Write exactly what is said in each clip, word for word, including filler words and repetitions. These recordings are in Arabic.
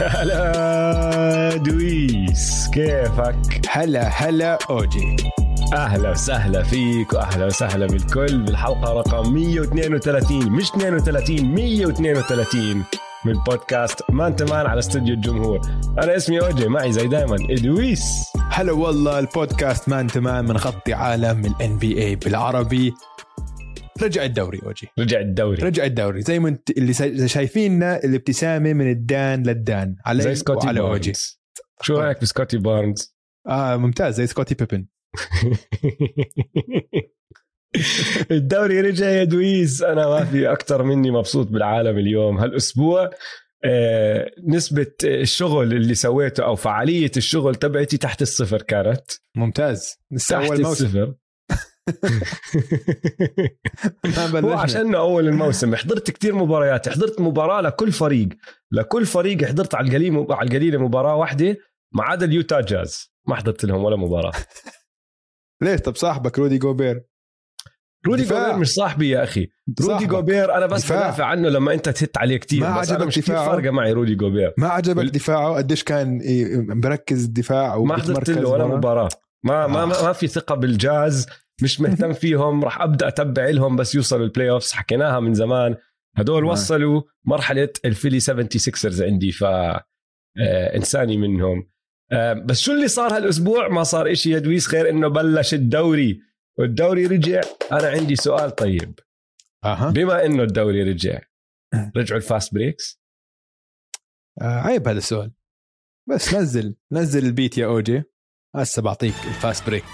هلا دويس، كيفك؟ هلا هلا أوجي، أهلا وسهلا فيك وأهلا وسهلا بالكل بالحلقة رقم مية واثنين وثلاثين، مش اثنين وثلاثين، مية واثنين وثلاثين من بودكاست مان تمان على استوديو الجمهور. أنا اسمي أوجي، معي زي دايما إدويس. هلا والله، البودكاست مان تمان من خطي عالم ال إن بي إيه بالعربي. رجع الدوري أوجي، رجع الدوري رجع الدوري زي ما انت اللي شايفيننا، الابتسامة من الدان للدان علي زي سكوتي وعلى بارنز. أوجي. شو رأيك بسكوتي بارنز؟ آه ممتاز، زي سكوتي بيبن. الدوري رجع يا دويس. أنا ما في أكتر مني مبسوط بالعالم اليوم هالأسبوع. آه نسبة الشغل اللي سويته أو فعالية الشغل تبعتي تحت الصفر كانت ممتاز. تحت أول الصفر. هو عشان أول الموسم حضرت كتير مباريات، حضرت مباراة لكل فريق لكل فريق حضرت على القليل على القليل مباراة واحدة ما عدا اليوتا جاز، ما حضرت لهم ولا مباراة. ليش؟ طب صاحبك رودي جوبير. رودي دفاع. جوبير مش صاحبي يا أخي. رودي جوبير أنا بس بدافع عنه لما أنت تهت عليه كتير. ما عجبك دفاعه؟ فرقة معي رودي جوبير. ما عجبك وال... دفاعه قديش كان بركز الدفاع؟ ما حضرت له ولا مباراة. ما, ما ما في ثقة بالجاز، مش مهتم فيهم. راح أبدأ أتبع لهم بس يوصلوا البلاي أوفس. حكيناها من زمان، هدول وصلوا مرحلة الفيلي سبعة وسبعين عندي، ف إنساني منهم. بس شو اللي صار هالأسبوع؟ ما صار إشي يا دويس غير إنه بلش الدوري والدوري رجع. أنا عندي سؤال طيب. أه. بما إنه الدوري رجع، رجعوا الفاست بريكس؟ آه عيب هذا السؤال. بس نزل نزل البيت يا أوجي، هسه بعطيك الفاست بريك.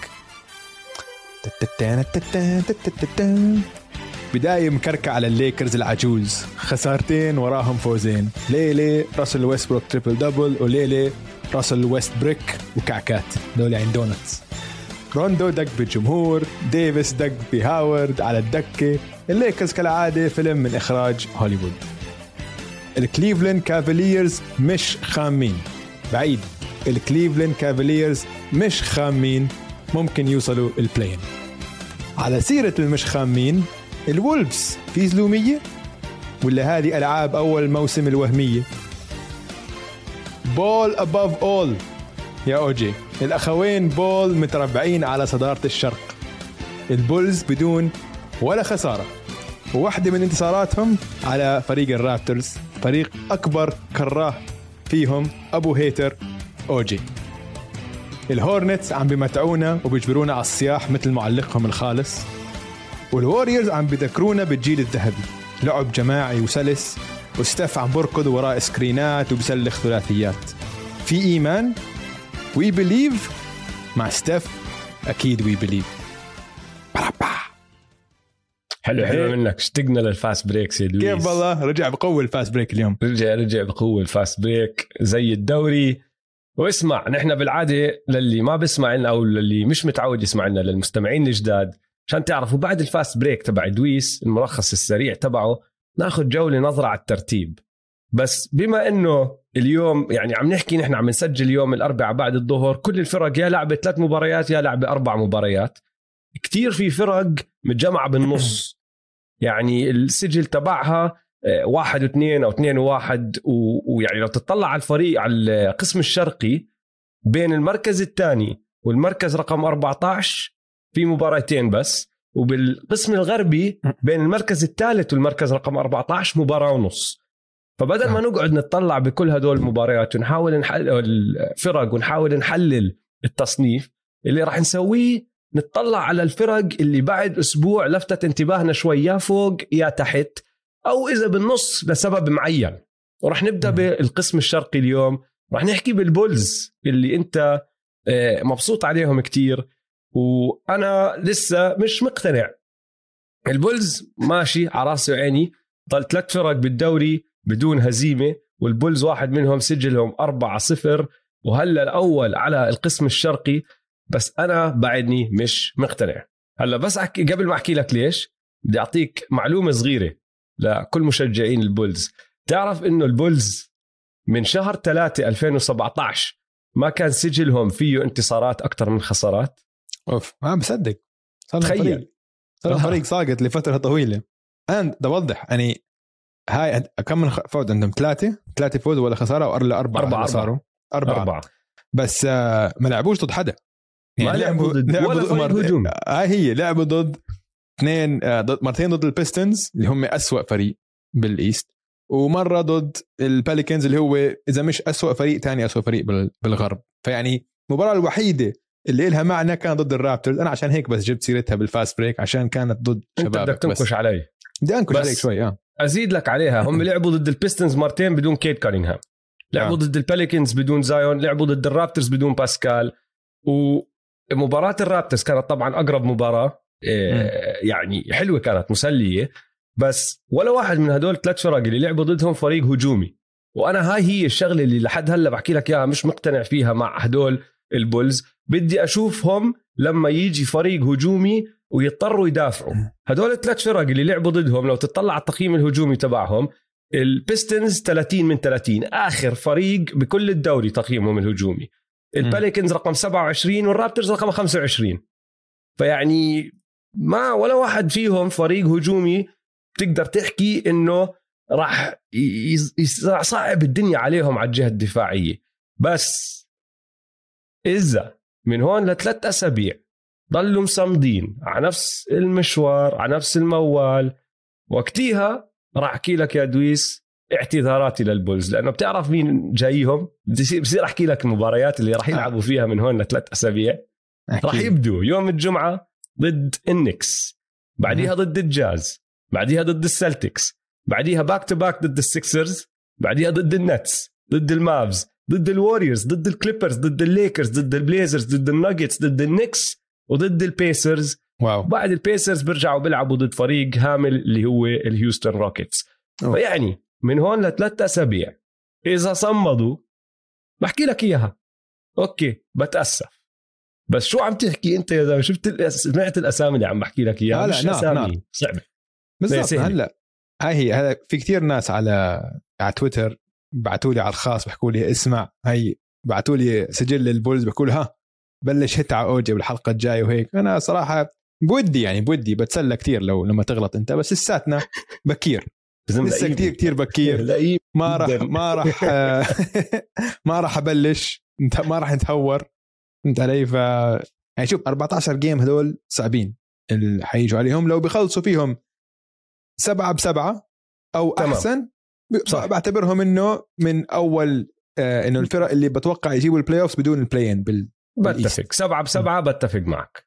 بداية مكركة على الليكرز العجوز، خسارتين وراهم فوزين. ليلة راسل ويستبروك تريبل دبل، وليلة راسل ويست بريك وكعكات دول عين دونتس. روندو دق بالجمهور، ديفيس دق بهاورد على الدكة. الليكرز كالعادة فيلم من إخراج هوليوود. الكليفلاند كافاليرز مش خامين، بعيد، الكليفلاند كافاليرز مش خامين، ممكن يوصلوا البلاين. على سيرة المش خامين، الولفز في زلومية ولا هذه ألعاب أول موسم الوهمية؟ بول above all يا أوجي. الأخوين بول متربعين على صدارة الشرق. البولز بدون ولا خسارة، وواحدة من انتصاراتهم على فريق الرابترز، فريق أكبر كراه فيهم أبو هيتر أوجي. الهورنتس عم بمتعونا وبيجبرونا على الصياح مثل معلقهم الخالص. والواريورز عم بذكرونا بالجيل الذهبي، لعب جماعي وسلس، وستيف عم بركض وراء سكرينات وبسلخ ثلاثيات. في إيمان، we believe مع ستيف، أكيد we believe. حلو حلو منك. اشتقنا للفاست بريك يا دويس. كيف والله رجع بقوة الفاست بريك اليوم. رجع رجع بقوة الفاست بريك زي الدوري. واسمع، نحن بالعادة للي ما بسمع لنا أو للي مش متعود يسمع لنا، للمستمعين الجداد، عشان تعرفوا بعد الفاست بريك تبع دويس الملخص السريع تبعه ناخد جولة نظرة على الترتيب. بس بما انه اليوم يعني عم نحكي، نحن عم نسجل اليوم الاربعاء بعد الظهر، كل الفرق يا لعبة ثلاث مباريات يا لعبة اربع مباريات. كتير في فرق متجمعة بالنص، يعني السجل تبعها واحد واثنين او اثنين وواحد. ويعني لو تطلع على الفريق على القسم الشرقي بين المركز الثاني والمركز رقم أربعة عشر في مباراتين بس، وبالقسم الغربي بين المركز الثالث والمركز رقم أربعة عشر مباراة ونص. فبدل ما نقعد نتطلع بكل هدول المباريات ونحاول نحلل الفرق ونحاول نحلل التصنيف، اللي راح نسويه نتطلع على الفرق اللي بعد أسبوع لفتت انتباهنا شوي، يا فوق يا تحت أو إذا بالنص لسبب معين. ورح نبدأ بالقسم الشرقي اليوم. رح نحكي بالبولز اللي أنت مبسوط عليهم كتير، وأنا لسه مش مقتنع. البولز ماشي على راسي وعيني، ضل ثلاث فرق بالدوري بدون هزيمة، والبولز واحد منهم سجلهم أربعة صفر وهلأ الأول على القسم الشرقي. بس أنا بعدني مش مقتنع. هلأ بس أحكي قبل ما أحكي لك ليش، بدي أعطيك معلومة صغيرة لكل مشجعين البولز. تعرف إنه البولز من شهر ثلاثة ألفين وسبعة عشر ما كان سجلهم فيه انتصارات أكتر من خسارات؟ أوف، ما بصدق. تخيل صار الفريق ساقط لفترة طويلة. أنا بدي أوضح، يعني هاي كم من فوز عندهم؟ ثلاثة ثلاثة فوز ولا خسارة ولا أربعة أربعة صاروا أربعة. أربعة بس آه ما لعبوش ضد حدا يعني ما لعبوا ضد ولا فريق هجوم. هاي هي لعبوا ضد اثنين آه ضد مرتين ضد البيستنز اللي هم أسوأ فريق بالإيست ومرة ضد الباليكنز اللي هو إذا مش أسوأ فريق تاني أسوأ فريق بالغرب. فيعني المباراة الوحيدة اللي لها معنى كان ضد الرابترز. أنا عشان هيك بس جبت سيرتها بالفاست بريك عشان كانت ضد شباب. بدك تنكش علي بدي أنكش عليك شوي. آه. أزيد لك عليها هم لعبوا ضد البيستنز مرتين بدون كيد كارينغهام، لعبوا آه. ضد الباليكنز بدون زايون، لعبوا ضد الرابترز بدون باسكال. ومباراة الرابترز كانت طبعا أقرب مباراة يعني حلوة كانت مسلية، بس ولا واحد من هدول ثلاث فرق اللي لعبوا ضدهم فريق هجومي. وأنا هاي هي الشغلة اللي لحد هلأ بحكي لك إياها مش مقتنع فيها مع هدول البولز. بدي أشوفهم لما يجي فريق هجومي ويضطروا يدافعوا. هدول الثلاث فرق اللي لعبوا ضدهم لو تطلع على التقييم الهجومي تبعهم، البيستنز ثلاثين من ثلاثين آخر فريق بكل الدوري تقييمهم الهجومي، الباليكنز رقم سبعة وعشرين والرابترز رقم خمسة وعشرين. فيعني ما ولا واحد فيهم فريق هجومي تقدر تحكي إنه راح يصعب الدنيا عليهم على الجهة الدفاعية. بس إذا من هون لثلاث أسابيع ضلوا مصمدين على نفس المشوار على نفس الموال، وقتها راح أحكي لك يا دويس اعتذاراتي للبولز، لأنه بتعرف مين جايهم. بصير أحكي لك المباريات اللي راح يلعبوا فيها من هون لثلاث أسابيع. راح يبدو يوم الجمعة ضد النكس، بعديها ضد الجاز، بعديها ضد السلتكس، بعديها باك تو باك ضد السيكسرز، بعديها ضد النتس، ضد المافز، ضد الواريورز، ضد الكليبرز، ضد الليكرز، ضد البليزرز، ضد الناجتس، ضد النكس، وضد البيسرز. واو. بعد البيسرز بيرجعوا بيلعبوا ضد فريق هامل اللي هو الهيوستن روكيتس. أوه. فيعني من هون لثلاث أسابيع إذا صمدوا بحكي لك إياها أوكي بتأسف. بس شو عم تحكي أنت يا زلمة؟ شفت سمعت الأسامي اللي عم بحكي لك إياها؟ مش أسامي صعبة بالضبط. هلا هاي هي هلا في كتير ناس على على تويتر بعتوا لي على الخاص بحكوا لي اسمع هي بعتوا لي سجل البولز بحكوا لي ها بلش هت على اوجي بالحلقه الجايه وهيك. انا صراحه بودي يعني بودي بتسلى كتير لو لما تغلط انت، بس لساتنا بكير لسه كتير كتير بكير. ما راح ما راح ما راح ابلش ما راح نتهور انت علي. ف يعني شوف أربعة عشر جيم هذول صعبين اللي حيجوا عليهم، لو بيخلصوا فيهم سبعة بسبعة او تمام. احسن صح. بعتبرهم انه من اول آه انه الفرق اللي بتوقع يجيبوا البلاي اوفز بدون البلاي ان بال... بتفق سبعة بسبعة. م. بتفق معك.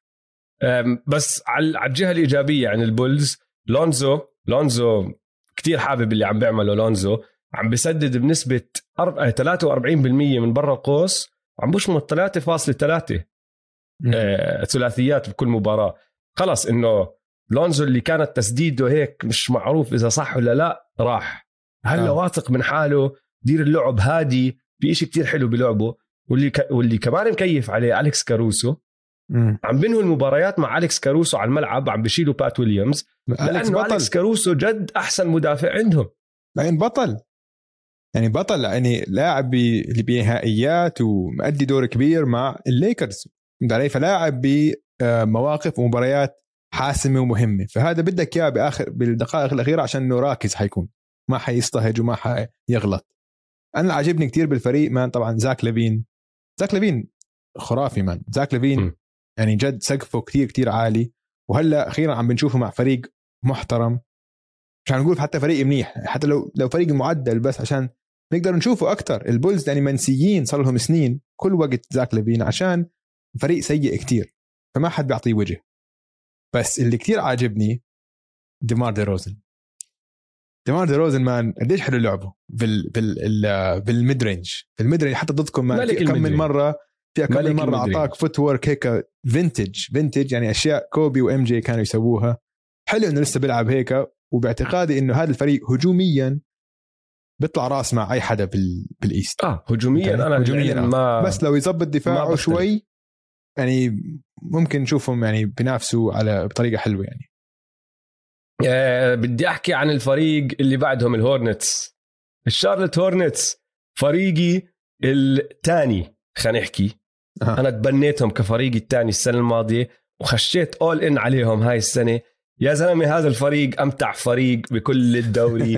بس على الجهة الإيجابية عن البولز لونزو لونزو كتير حابب اللي عم بيعمله. لونزو عم بيسدد بنسبة ثلاثة وأربعين بالمية من برا القوس، عم بشمط ثلاثة فاصلة ثلاثة آه ثلاثيات بكل مباراة. خلص إنه لونزو اللي كانت تسديده هيك مش معروف إذا صح ولا لا راح هلا آه. واثق من حاله، دير اللعب هادي، في إشي كتير حلو بلعبه. واللي ك... واللي كمان مكيف عليه أليكس كاروسو. مم. عم بينهوا المباريات مع أليكس كاروسو على الملعب، عم بيشيلوا بات ويليامز أليكس لأنه أليكس كاروسو جد أحسن مدافع عندهم. يعني بطل يعني بطل يعني لاعب اللي بنهائيات ومؤدي دور كبير مع الليكرز عليه، فلاعب بمواقف ومباريات حاسمة ومهمة. فهذا بدك إياه بآخر بالدقائق الأخيرة عشان إنه راكز حيكون ما حيستهج وما حيغلط. أنا عجبني كتير بالفريق مان طبعا زاك لافين. زاك لافين خرافي مان. زاك لافين م. يعني جد سقفه كتير كتير عالي، وهلأ أخيرا عم بنشوفه مع فريق محترم. مش هنقول حتى فريق منيح، حتى لو لو فريق معدل، بس عشان نقدر نشوفه أكتر. البولز يعني منسيين صار لهم سنين كل وقت زاك لافين عشان فريق سيء كتير فما حد بيعطيه وجه. بس اللي كتير عاجبني ديمار دي روزن. ديمار دي روزن مان قديش حلو لعبه بال بال بالميد رينج في الميد رينج حتى ضدكم مان في كم من مره في كم من مره اعطاك فوت وورك هيك فينتج فينتج يعني اشياء كوبي وام جي كانوا يسووها. حلو انه لسه بيلعب هيك، وباعتقادي انه هذا الفريق هجوميا بيطلع راس مع اي حدا بال بالايست. اه هجوميا انا هجوميا ما بس لو يظبط دفاعه شوي يعني ممكن نشوفهم يعني بينافسوا على بطريقه حلوه. يعني أه بدي أحكي عن الفريق اللي بعدهم الهورنتس. الشارلت هورنتس فريقي الثاني خلينا نحكي. أه. أنا تبنيتهم كفريقي الثاني السنة الماضية وخشيت أول إن عليهم هاي السنة. يا زلمة هذا الفريق أمتع فريق بكل الدوري.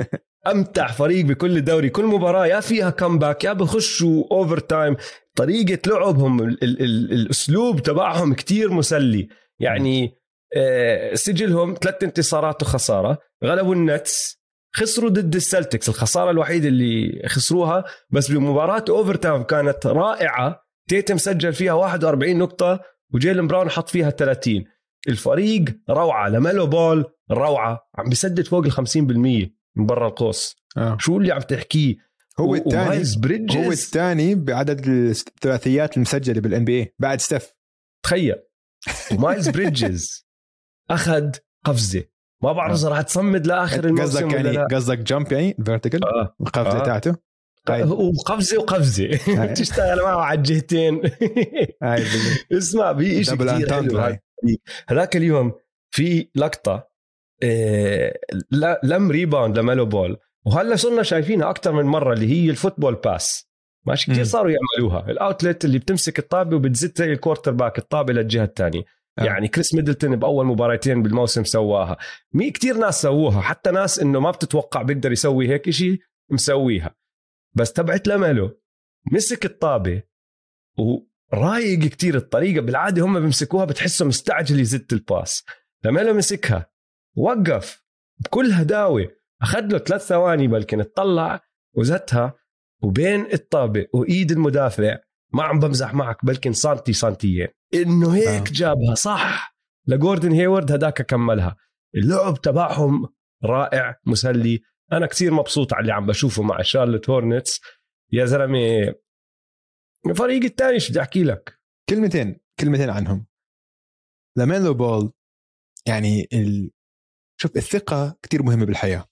امتع فريق بكل دوري. كل مباراه يا فيها كامباك يا بخشوا اوفر تايم. طريقه لعبهم ال ال ال الاسلوب تبعهم كتير مسلي يعني. آه سجلهم ثلاث انتصارات وخساره. غلبوا النتس، خسروا ضد السلتكس الخساره الوحيده اللي خسروها، بس بمباراه اوفر تايم كانت رائعه. تيتم سجل فيها واحد وأربعين نقطه وجيلن براون حط فيها ثلاثين. الفريق روعه. لميلو بول روعه، عم بيسدد فوق ال خمسين بالمية من برا القوس. آه. شو اللي عم تحكيه؟ هو الثاني هو الثاني بعدد الثلاثيات المسجله بالان بي اي بعد ستيف. تخيل. ومايلز بريدجز اخذ قفزه، ما بعرف اذا راح تصمد لاخر الموسم ولا لا. قصدك جامب يعني فيرتيكال آه. القفزه آه. تاعته وقفزه وقفزه تشتغل معه على الجهتين. اسمع بيشي كتير حلو. هذاك اليوم في لقطه إيه لم ريباوند لميلو بول، وهلا صرنا شايفينها اكثر من مره، اللي هي الفوتبول باس. ماشي كتير صاروا يعملوها، الاوتلت اللي بتمسك الطابه وبتزت زي الكوارتر باك الطابه للجهه الثانيه. آه. يعني كريس ميدلتون باول مباراتين بالموسم سواها. مي كتير ناس سووها، حتى ناس انه ما بتتوقع بيقدر يسوي هيك شيء مسويها. بس تبعت لميلو مسك الطابه ورايق كتير. الطريقه بالعاده هم بيمسكوها بتحسه مستعجل يزت الباس، لميلو مسكها وقف بكل هداوه، اخذ له ثلاث ثواني بلكن اطلع وزتها، وبين الطابه وايد المدافع ما عم بمزح معك بلكن سانتي سانتيين انه هيك آه. جابها صح لجوردن هيورد. هداك كملها. اللعب تبعهم رائع مسلي. انا كثير مبسوط على اللي عم بشوفه مع شارلوت هورنتس يا زلمه. الفريق الثاني شو بدي احكي لك؟ كلمتين كلمتين عنهم. لاميلو بول يعني ال... شوف الثقه كتير مهمه بالحياه.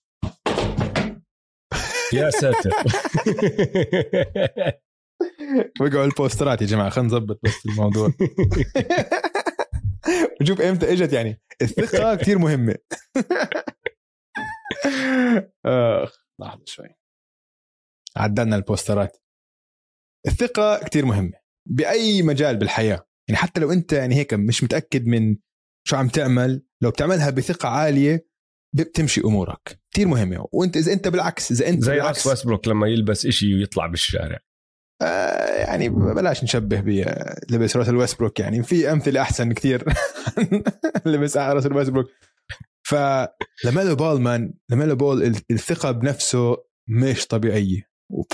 يا ساتر. وقعوا البوسترات يا جماعه، خلينا نظبط بس الموضوع. وشوف امتى اجت. يعني الثقه كتير مهمه. اخ لحظه شوي، عدلنا البوسترات. الثقه كتير مهمه باي مجال بالحياه. يعني حتى لو انت يعني هيك مش متاكد من شو عم تعمل، لو بتعملها بثقه عاليه بتمشي امورك. كتير مهمه. وانت اذا انت بالعكس اذا انت زي راس ويسبروك لما يلبس إشي ويطلع بالشارع. آه يعني بلاش نشبه بلبس راسل ويسبروك، يعني في امثله احسن كتير. لبس راسل ويسبروك. فلميلو بول مان لميلو بول الثقه بنفسه مش طبيعيه.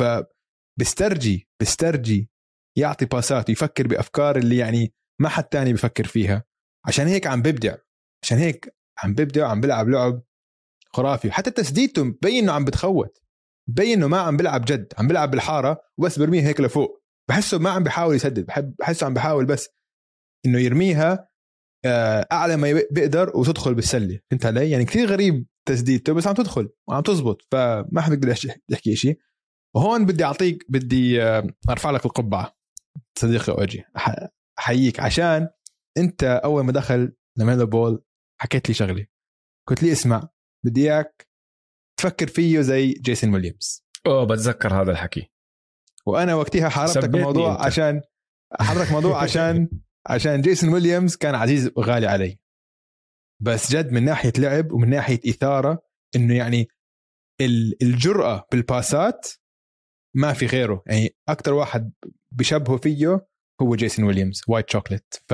فبسترجي بسترجي يعطي باسات ويفكر بافكار اللي يعني ما حد تاني بيفكر فيها. عشان هيك عم ببدع عشان هيك عم ببدع وعم بلعب لعب خرافي. حتى تسديدته مبين انه عم بتخوت، مبين انه ما عم بلعب جد، عم بلعب بالحاره وبس برميها هيك لفوق. بحسه ما عم بيحاول يسدد، بحب بحسه عم بيحاول بس انه يرميها اعلى ما بيقدر وتدخل بالسله. فهمت علي؟ يعني كثير غريب تسديدته بس عم تدخل وعم تزبط. فما حد بيقدر يحكي شيء. وهون بدي اعطيك بدي ارفع لك القبعه صديقي اوجي، احييك عشان انت اول ما دخل لميلو بول حكيت لي شغله، قلت لي اسمع بدي اياك تفكر فيه زي جيسون ويليامز. اوه بتذكر هذا الحكي. وانا وقتها حاربتك الموضوع انت. عشان حرك موضوع عشان عشان جيسون ويليامز كان عزيز وغالي علي، بس جد من ناحيه لعب ومن ناحيه اثاره انه يعني الجرأة بالباسات ما في غيره. يعني اكتر واحد بشبهه فيه هو جيسون ويليامز وايت شوكليت. ف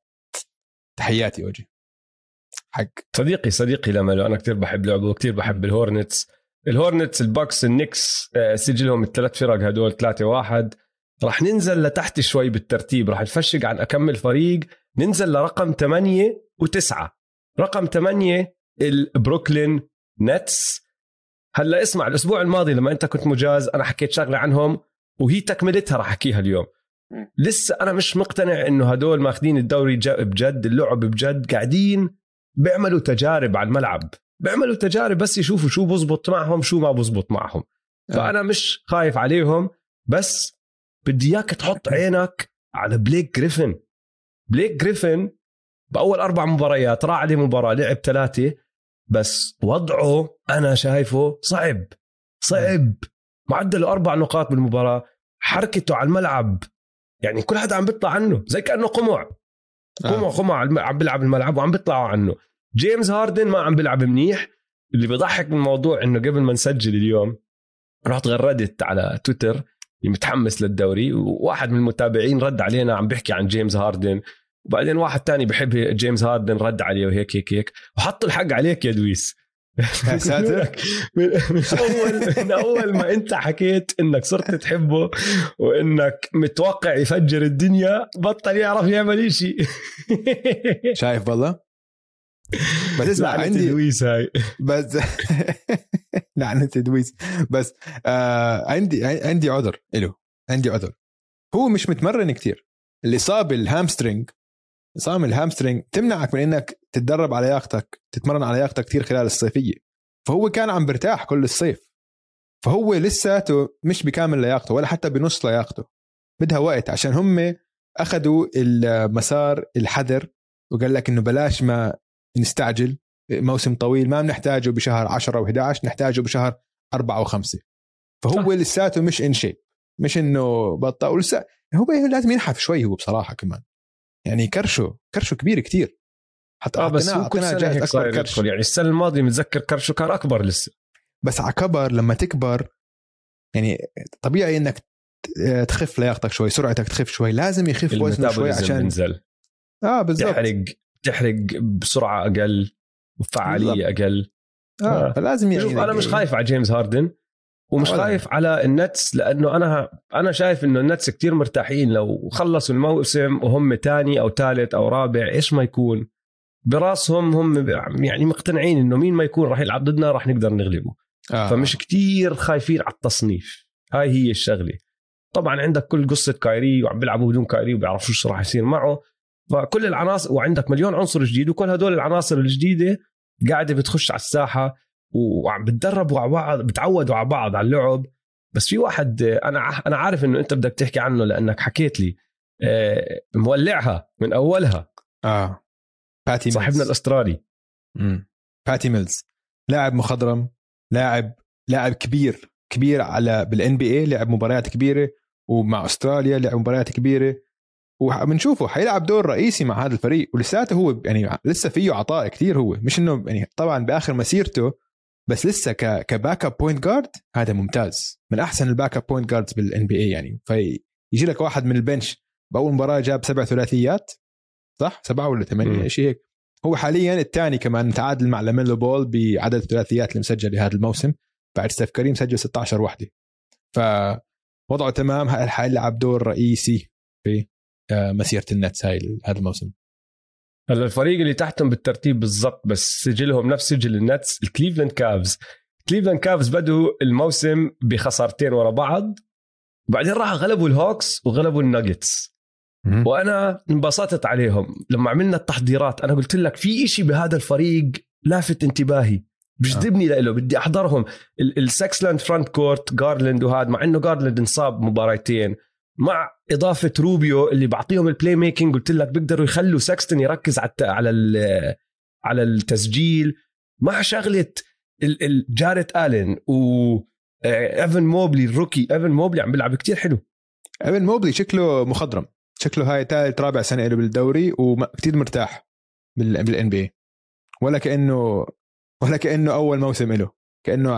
تحياتي اوجي حق صديقي صديقي لما انا كتير بحب لعبه وكتير بحب الهورنتس. الهورنتس الباكس النكس سجلهم الثلاث فرق هدول ثلاثة واحد. راح ننزل لتحت شوي بالترتيب، راح نفشق عن أكمل فريق، ننزل لرقم ثمانية وتسعة. رقم ثمانية البروكلين نتس. هلا اسمع، الأسبوع الماضي لما أنت كنت مجاز أنا حكيت شغلة عنهم وهي تكملتها راح أحكيها اليوم. لسه أنا مش مقتنع إنه هدول ماخدين الدوري بجد، اللعب بجد، قاعدين بيعملوا تجارب على الملعب، بيعملوا تجارب بس يشوفوا شو بزبط معهم شو ما بزبط معهم. فأنا مش خايف عليهم، بس بدي اياك تحط عينك على بليك جريفن. بليك جريفن باول اربع مباريات راح عليه مباراه لعب ثلاثه بس وضعه انا شايفه صعب صعب. معدله اربع نقاط بالمباراه، حركته على الملعب يعني كل حدا عم بيطلع عنه زي كانه قمع قمع قمع عم بيلعب الملعب وعم بيطلعوا عنه. جيمس هاردن ما عم بيلعب منيح، اللي بيضحك من الموضوع انه قبل ما نسجل اليوم رحت غردت على تويتر متحمس للدوري، وواحد من المتابعين رد علينا عم بيحكي عن جيمس هاردن، وبعدين واحد تاني بحب جيمس هاردن رد عليه وهيك هيك هيك وحط الحق عليك يا دويس. يا ساتر. من اول من اول ما انت حكيت انك صرت تحبه وانك متوقع يفجر الدنيا بطل يعرف يعمل شيء. شايف والله. بس اسمع عندي دويس هاي بس لعنة دويس بس آه عندي عندي عذر له عندي عذر. هو مش متمرن كتير. الإصابة الهامسترينج إصابة الهامسترينج تمنعك من إنك تتدرب على لياقتك، تتمرن على لياقتك كتير خلال الصيفية. فهو كان عم برتاح كل الصيف، فهو لساته مش بكامل لياقته ولا حتى بنص لياقته. بدها وقت عشان هم أخذوا المسار الحذر وقال لك إنه بلاش ما نستعجل، موسم طويل ما بنحتاجه بشهر عشرة وإحدى عشر، نحتاجه بشهر أربعة وخمسة. فهو لساته مش إن شيء، مش إنه بطأ ولسه هو لازم ينحف شوي. هو بصراحة كمان يعني كرشه كرشه كبير كتير حتى آه بس هو كل سنة هيك صار يدخل. يعني السنة الماضية متذكر كرشه كان أكبر لسه، بس على كبر لما تكبر يعني طبيعي إنك تخف لياقتك شوي، سرعتك تخف شوي، لازم يخف وزنه شوي عشان ينزل. آه بالضبط. تحرق تحرق بسرعة أقل وفعالية أقل. آه, آه. فلازم يعني أنا مش خايف على جيمس هاردن ومش آه خايف على النتس، لأنه أنا أنا شايف إنه النتس كتير مرتاحين. لو خلصوا الموسم وهم تاني أو ثالث أو رابع إيش ما يكون براسهم هم يعني مقتنعين إنه مين ما يكون راح يلعب ضدنا راح نقدر نغلبه. آه. فمش كتير خايفين على التصنيف. هاي هي الشغلة. طبعا عندك كل قصة كايري وعم بيلعبوا بدون كايري وبيعرفوا شو راح يصير معه، فكل العناصر وعندك مليون عنصر جديد، وكل هدول العناصر الجديدة قاعدة بتخش على الساحة وعم بتدربوا على بعض، بتعودوا على بعض على اللعب. بس في واحد أنا أنا عارف إنه أنت بدك تحكي عنه لأنك حكيت لي مولعها من أولها. آه باتي صاحبنا الأسترالي. امم باتي ميلز لاعب مخضرم، لاعب لاعب كبير كبير على بالان بي اي، لعب مباريات كبيرة ومع أستراليا لعب مباريات كبيرة، وبنشوفه حيلعب دور رئيسي مع هذا الفريق. ولساته هو يعني لسه فيه عطاء كتير. هو مش انه يعني طبعا باخر مسيرته، بس لسه ك كباك اب بوينت جارد هذا ممتاز، من احسن الباك اب بوينت جاردز بالان بي اي. يعني فيجي لك واحد من البنش باول مباراه جاب سبع ثلاثيات، صح سبعه ولا ثمانيه شيء هيك. هو حاليا الثاني كمان متعادل مع لاميلو بول بعدد الثلاثيات اللي مسجل هذا الموسم، بعد ستيف كاري مسجل ستة عشر وحده. فوضعه تمام، حيلعب دور رئيسي في مسيرة النتس هاي هذا الموسم. هلا الفريق اللي تحتهم بالترتيب بالضبط بس سجلهم نفس سجل النتس، الكليفلاند كافز. كليفلاند كافز بدوا الموسم بخسارتين ورا بعض، وبعدين راح غلبوا الهوكس وغلبوا الناجتس. وانا انبسطت عليهم لما عملنا التحضيرات. انا قلت لك في إشي بهذا الفريق لافت انتباهي، بجذبني له، بدي احضرهم. السكسلاند فرونت كورت جارلاند وهذا، مع انه جارلاند انصاب مباراتين، مع إضافة روبيو اللي بعطيهم البلاي ميكينج. قلت لك بيقدروا يخلوا ساكستون يركز على على على التسجيل، مع شغلة الجاريت آلين وإيفن موبلي الروكي. إيفن موبلي عم بيلعب كتير حلو. إيفن موبلي شكله مخضرم، شكله هاي ثالث رابع سنة له بالدوري وكتير مرتاح بالان بي، ولا كأنه ولا كأنه أول موسم له، كأنه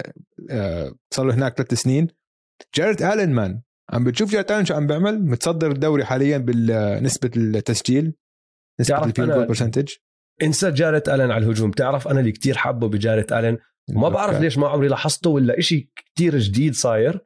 صار له هناك ثلاث سنين. جاريت آلين مان عم بتشوف جاريت آلين شو عم بيعمل، متصدر الدوري حاليا بالنسبة التسجيل، نسبة الفيلد جول برسنتج. انسى جاريت آلين على الهجوم. تعرف أنا اللي كتير حابه بجاريت آلين، ما بعرف ليش ما عمري لاحظته ولا إشي كتير جديد صاير،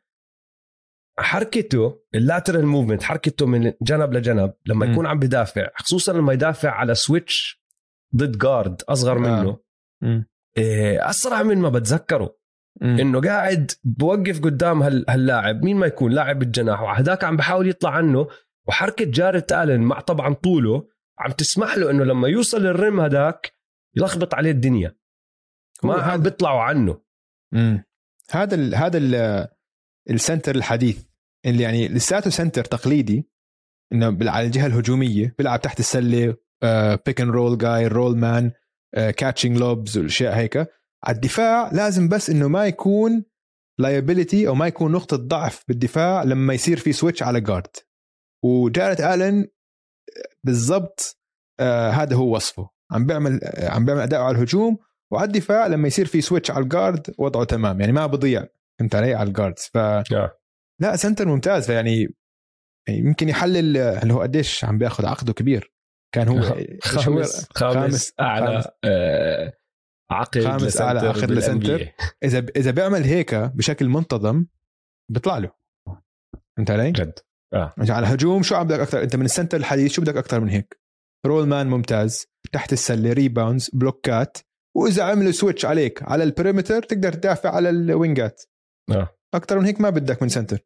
حركته اللاترال موفمنت، حركته من جنب لجنب لما يكون م. عم بدافع، خصوصا لما يدافع على سويتش ضد جارد أصغر منه. آه. إيه أسرع من ما بتذكره. مم. انه قاعد بوقف قدام هاللاعب مين ما يكون لاعب الجناح، وهداك عم بحاول يطلع عنه. وحركة جاريت آلين مع طبعا طوله عم تسمح له انه لما يوصل للرم هداك يلخبط عليه الدنيا، ما عم بيطلعوا عنه. مم. هذا ال هذا ال السنتر الحديث اللي يعني لساته سنتر تقليدي، انه على الجهة الهجومية بيلعب تحت السلة، بيك اند رول جاي، رول مان، كاتشينج لوبز والاشياء هيك. على الدفاع لازم بس انه ما يكون liability او ما يكون نقطة ضعف بالدفاع لما يصير في سويتش على جارد. وجاريت آلين بالضبط آه هذا هو وصفه، عم بيعمل آه عم بيعمل اداء على الهجوم وعلى الدفاع لما يصير في سويتش على الجارد وضعه تمام، يعني ما بضيع فهمت علي على الجاردز. ف لا سنتر ممتاز، فيعني يمكن يحلل اللي هو قديش عم بياخذ، عقده كبير كان هو خامس خامس اعلى خامس. آه عقد خامس اعلى عقد لسنتر. اذا اذا بيعمل هيك بشكل منتظم بيطلع له فهمت علي جد. اه على هجوم شو عم بدك اكثر انت من السنتر الحديث؟ شو بدك اكثر من هيك؟ رول مان ممتاز تحت السله، ريباوندز، بلوكات، واذا عملوا سويتش عليك على البريمتر تقدر تدافع على الوينجات. اه اكثر من هيك ما بدك من سنتر.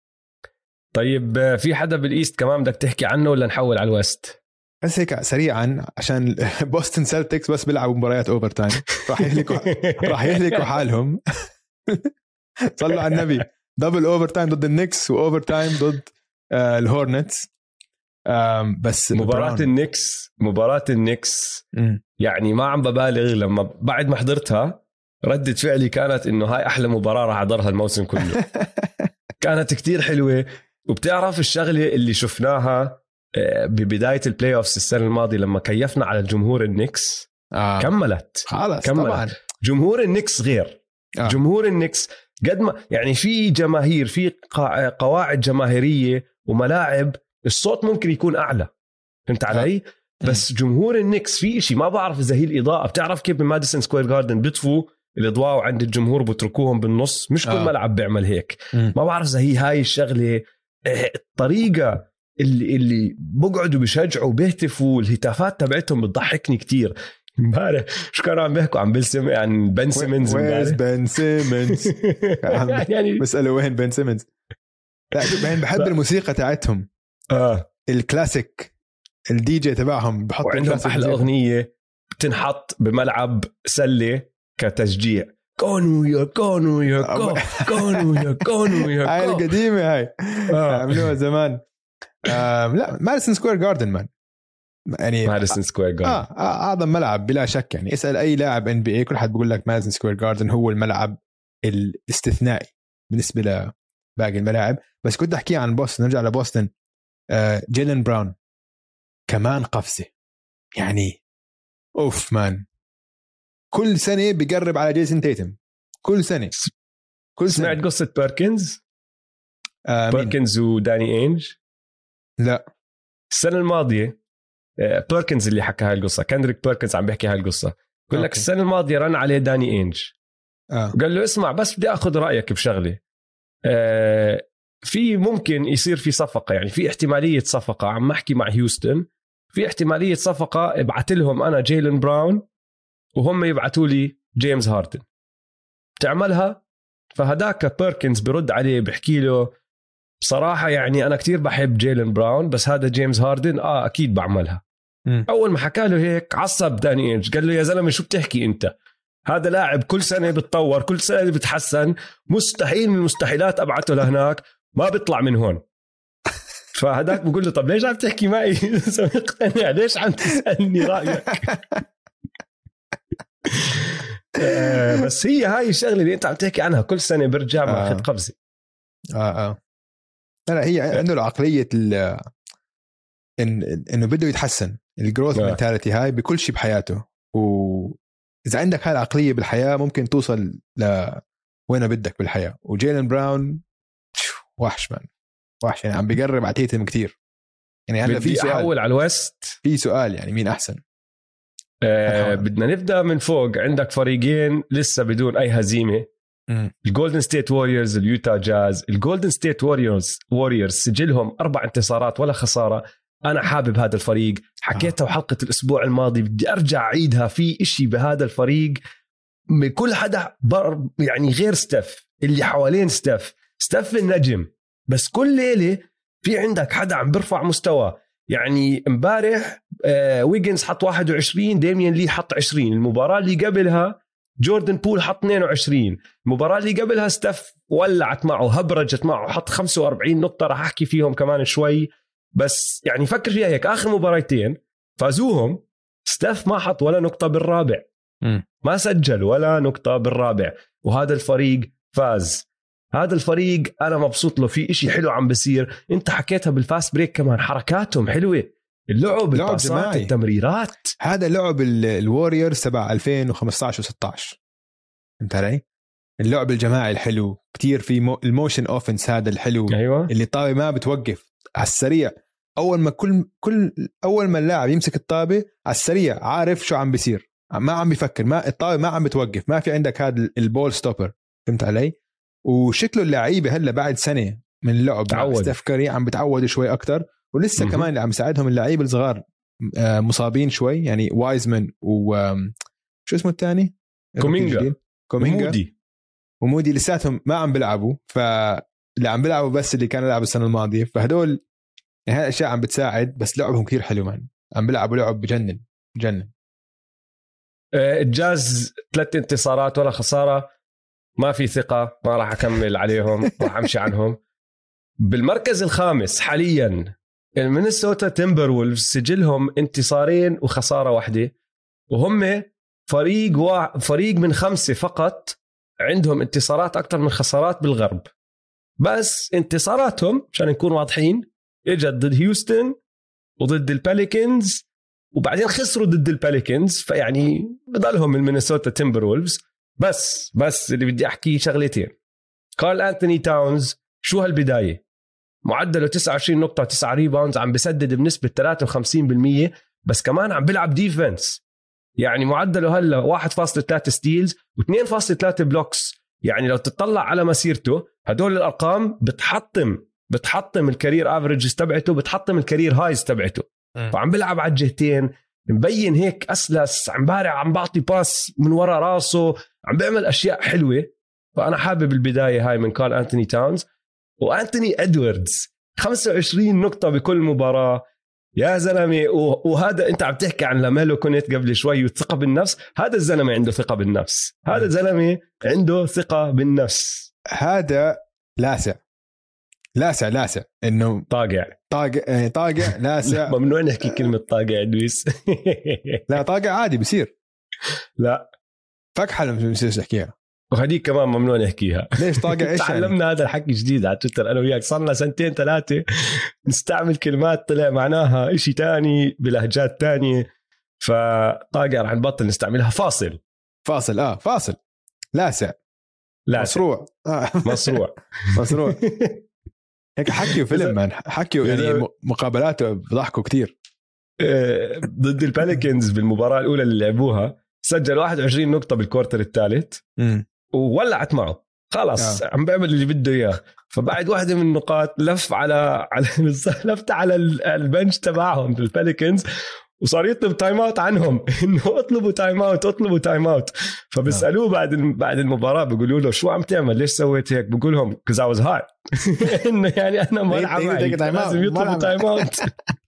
طيب في حدا بالايست كمان بدك تحكي عنه ولا نحول على الويست؟ بس هيك سريعا عشان بوستن سيلتكس بس بيلعبوا مباريات اوفر تايم راح يهلكوا راح يهلكوا حالهم. صلوا على النبي، دبل اوفر تايم ضد النكس واوفر تايم ضد آه الهورنتس. آه بس مباراة النكس مباراة النكس م. يعني ما عم ببالغ لما بعد ما حضرتها ردة فعلي كانت انه هاي احلى مباراة راح احضرها الموسم كله. كانت كتير حلوة. وبتعرف الشغلة اللي شفناها ببداية البلاي اوفس السنة الماضية لما كيفنا على الجمهور النكس آه. كملت خلاص كملت. طبعا جمهور النكس غير آه. جمهور النكس قد ما يعني في جماهير، في قواعد جماهيرية وملاعب الصوت ممكن يكون أعلى فهمت علي؟ آه. بس جمهور النكس في إشي ما بعرف إذا هي الإضاءة. بتعرف كيف بماديسون سكوير جاردن بيطفوا الإضواء وعند الجمهور بتركوهم بالنص؟ مش كل آه. ملعب بيعمل هيك. م. ما بعرف إذا هي هاي الشغلة الطريقة اللي اللي بقعدوا بيشجعوا بيهتفوا، الهتافات تبعتهم بتضحكني كتير. امبارح شو كانوا عم بيحكوا عن بن سيمنز عن بن سيمنز وين بن سيمنز يعني بسألوا وين بن سيمنز. لا بحب الموسيقى تاعتهم اه الكلاسيك، الدي جي تبعهم بحطوا عندهم احلى اغنيه بتنحط بملعب سله كتشجيع. كونوا يا كونوا يا كونوا يا كونوا يا هاي القديمه هاي عملوها زمان. آه لا ماديسون سكوير جاردن مان يعني ماديسون سكوير جاردن اه اعظم ملعب بلا شك. يعني اسال اي لاعب ان بي اي كل حد بيقول لك ماديسون سكوير جاردن هو الملعب الاستثنائي بالنسبه لباقي الملاعب. بس كنت احكي عن بوستن، نرجع لبوستن. آه جيلن براون كمان قفزه يعني اوف مان، كل سنه بيقرب على جيسون تيتم كل سنه كل سنه. سمعت قصه بيركنز؟ آه بيركنز وداني اينج؟ لا السنه الماضيه بيركنز اللي حكى هاي القصه، كندريك بيركنز عم بيحكي هاي القصه. بقول لك السنه الماضيه رن عليه داني اينج آه. وقال له اسمع بس بدي اخذ رايك بشغله. آه في ممكن يصير في صفقه، يعني في احتماليه صفقه، عم احكي مع هيوستن، في احتماليه صفقه ابعت لهم انا جيلن براون وهم يبعتوا لي جيمس هاردن، تعملها؟ فهداك بيركنز برد عليه بحكي له بصراحة يعني أنا كتير بحب جيلن براون بس هذا جيمس هاردن آه أكيد بعملها. م. أول ما حكى له هيك عصب داني إينج، قال له يا زلمة شو بتحكي أنت؟ هذا لاعب كل سنة بتطور، كل سنة بتحسن، مستحيل من المستحيلات أبعته لهناك، ما بيطلع من هون. فهداك بقول له طب ليش عم تحكي معي؟ مقتنع ليش عم تسألني رأيك؟ آه بس هي هاي الشغلة اللي أنت عم تحكي عنها كل سنة برجع ماخذ قفزة. آه آه لا هي عنده العقلية إن إنه بده يتحسن، الجروث منتاليتي هاي بكل شيء بحياته. وإذا عندك هاي العقلية بالحياة ممكن توصل لوين بدك بالحياة. وجيلن براون وحش مان وحش، يعني عم بيقرب على تيتم كتير. يعني هلا في سؤال أحول على الوست، في سؤال يعني مين أحسن؟ آه بدنا نبدأ من فوق. عندك فريقين لسه بدون أي هزيمة، الجولدن ستيت ووريرز اليوتا جاز. الجولدن ستيت ووريرز ووريرز سجلهم أربع انتصارات ولا خسارة. أنا حابب هذا الفريق، حكيتها بحلقة الأسبوع الماضي، بدي أرجع أعيدها. في إشي بهذا الفريق من كل حدا بر يعني غير ستيف، اللي حوالين ستيف ستيف النجم، بس كل ليلة في عندك حدا عم برفع مستوى. يعني امبارح آه ويجنز حط واحد وعشرين، ديميان لي حط عشرين. المباراة اللي قبلها جوردن بول حط اثنين وعشرين. المباراة اللي قبلها ستيف ولعت معه، هبرجت معه، حط خمسة وأربعين نقطة. راح أحكي فيهم كمان شوي. بس يعني فكر فيها هيك، آخر مباراتين فازوهم ستيف ما حط ولا نقطة بالرابع، م. ما سجل ولا نقطة بالرابع، وهذا الفريق فاز. هذا الفريق أنا مبسوط له، في إشي حلو عم بصير. أنت حكيتها بالفاست بريك كمان، حركاتهم حلوة، اللعب الباسات التمريرات. هذا لعب الواريورز تبع ألفين وخمسطعش وستطعش، فهمت علي؟ اللعب الجماعي الحلو كتير، في مو... الموشن اوفنس هذا الحلو. أيوة. اللي طابة ما بتوقف على السريع، اول ما كل كل اول ما اللاعب يمسك الطابة على السريع عارف شو عم بيصير، ما عم بيفكر، ما الطابة ما عم بتوقف، ما في عندك هذا البول ستوبر، فهمت علي؟ وشكله اللعيبة هلا بعد سنة من اللعب مع ستيف كاري عم بتعودوا شوي أكتر، ولسه م- كمان اللي عم يساعدهم اللعيبة الصغار مصابين شوي، يعني وايزمان وشو اسمه الثاني كومينجا ومودي ومودي لساتهم ما عم بيلعبوا، فاللي عم بيلعبوا بس اللي كانوا يلعبوا السنة الماضية، فهدول يعني هاي الأشياء عم بتساعد. بس لعبهم كتير حلو مان، عم بيلعبوا لعب بجنن بجنن. الجاز ثلاث انتصارات ولا خسارة، ما في ثقة، ما راح أكمل عليهم، راح أمشي عنهم. بالمركز الخامس حاليا المينيسوتا تيمبر وولفز، سجلهم انتصارين وخسارة واحدة، وهم فريق وا... فريق من خمسة فقط عندهم انتصارات أكتر من خسارات بالغرب. بس انتصاراتهم عشان نكون واضحين اجت ضد هيوستن وضد الباليكنز، وبعدين خسروا ضد الباليكنز، فيعني بضلهم المينيسوتا تيمبر وولفز. بس بس اللي بدي أحكيه شغلتين. كارل أنتوني تاونز شو هالبداية، معدله تسعة وعشرين نقطة تسعة ريباوندز، عم بسدد بنسبة ثلاثة وخمسين بالمية، بس كمان عم بلعب ديفنس. يعني معدله هلا واحد فاصلة ثلاثة ستيلز واثنين فاصلة ثلاثة بلوكس. يعني لو تطلع على مسيرته هدول الأرقام بتحطم بتحطم الكارير افريجز تبعته، بتحطم الكارير هايز تبعته. فعم بلعب على الجهتين، مبين هيك أسلس، عم بارع، عم بعطي باس من وراء راسه، عم بيعمل أشياء حلوة. فأنا حابب البداية هاي من كارل أنتوني تاونز. وأنتوني إدواردز خمسة وعشرين نقطة بكل مباراة يا زلمة. وهذا أنت عم تحكي عن لاميلو كنت قبل شوي والثقة بالنفس، هذا الزلمة عنده ثقة بالنفس، هذا الزلمة عنده ثقة بالنفس، هذا لاسع لاسع لاسع إنه طاقع طاقع طاقع لاسع. ممنوع نحكي كلمة طاقع دويس. لا طاقع عادي بصير، لا فكحة لما بصير نحكيها، وهديك كمان ممنوع نحكيها. ليش طاقع؟ ايش تعلمنا يعني؟ هذا الحكي جديد على تويتر انا وياك، صار لنا سنتين ثلاثه نستعمل كلمات طلع معناها إشي تاني بلهجات تانية، فطاقع رح نبطل نستعملها. فاصل فاصل اه فاصل لاسع لاسع مصروع آه. مصروع مصروع هيك حكيوا فيلم مان، حكيوا يعني مقابلاته بضحكوا كتير. ضد الباليكنز بالمباراة الأولى اللي لعبوها سجل واحد وعشرين نقطة بالكورتر الثالث وولعت معه خلاص آه. عم بيعمل اللي بده إياه. فبعد واحدة من النقاط لف على على لفت على البنش تبعهم بالباليكنز وصار يطلب تايم اوت عنهم، انه اطلبوا تايم اوت اطلبوا تايم اوت. فبيسالوه بعد بعد المباراه بيقولوا له شو عم تعمل، ليش سويت هيك؟ بقول لهم كز اي واز هات، انه يعني انا ما العب لازم يطلبوا تايم اوت.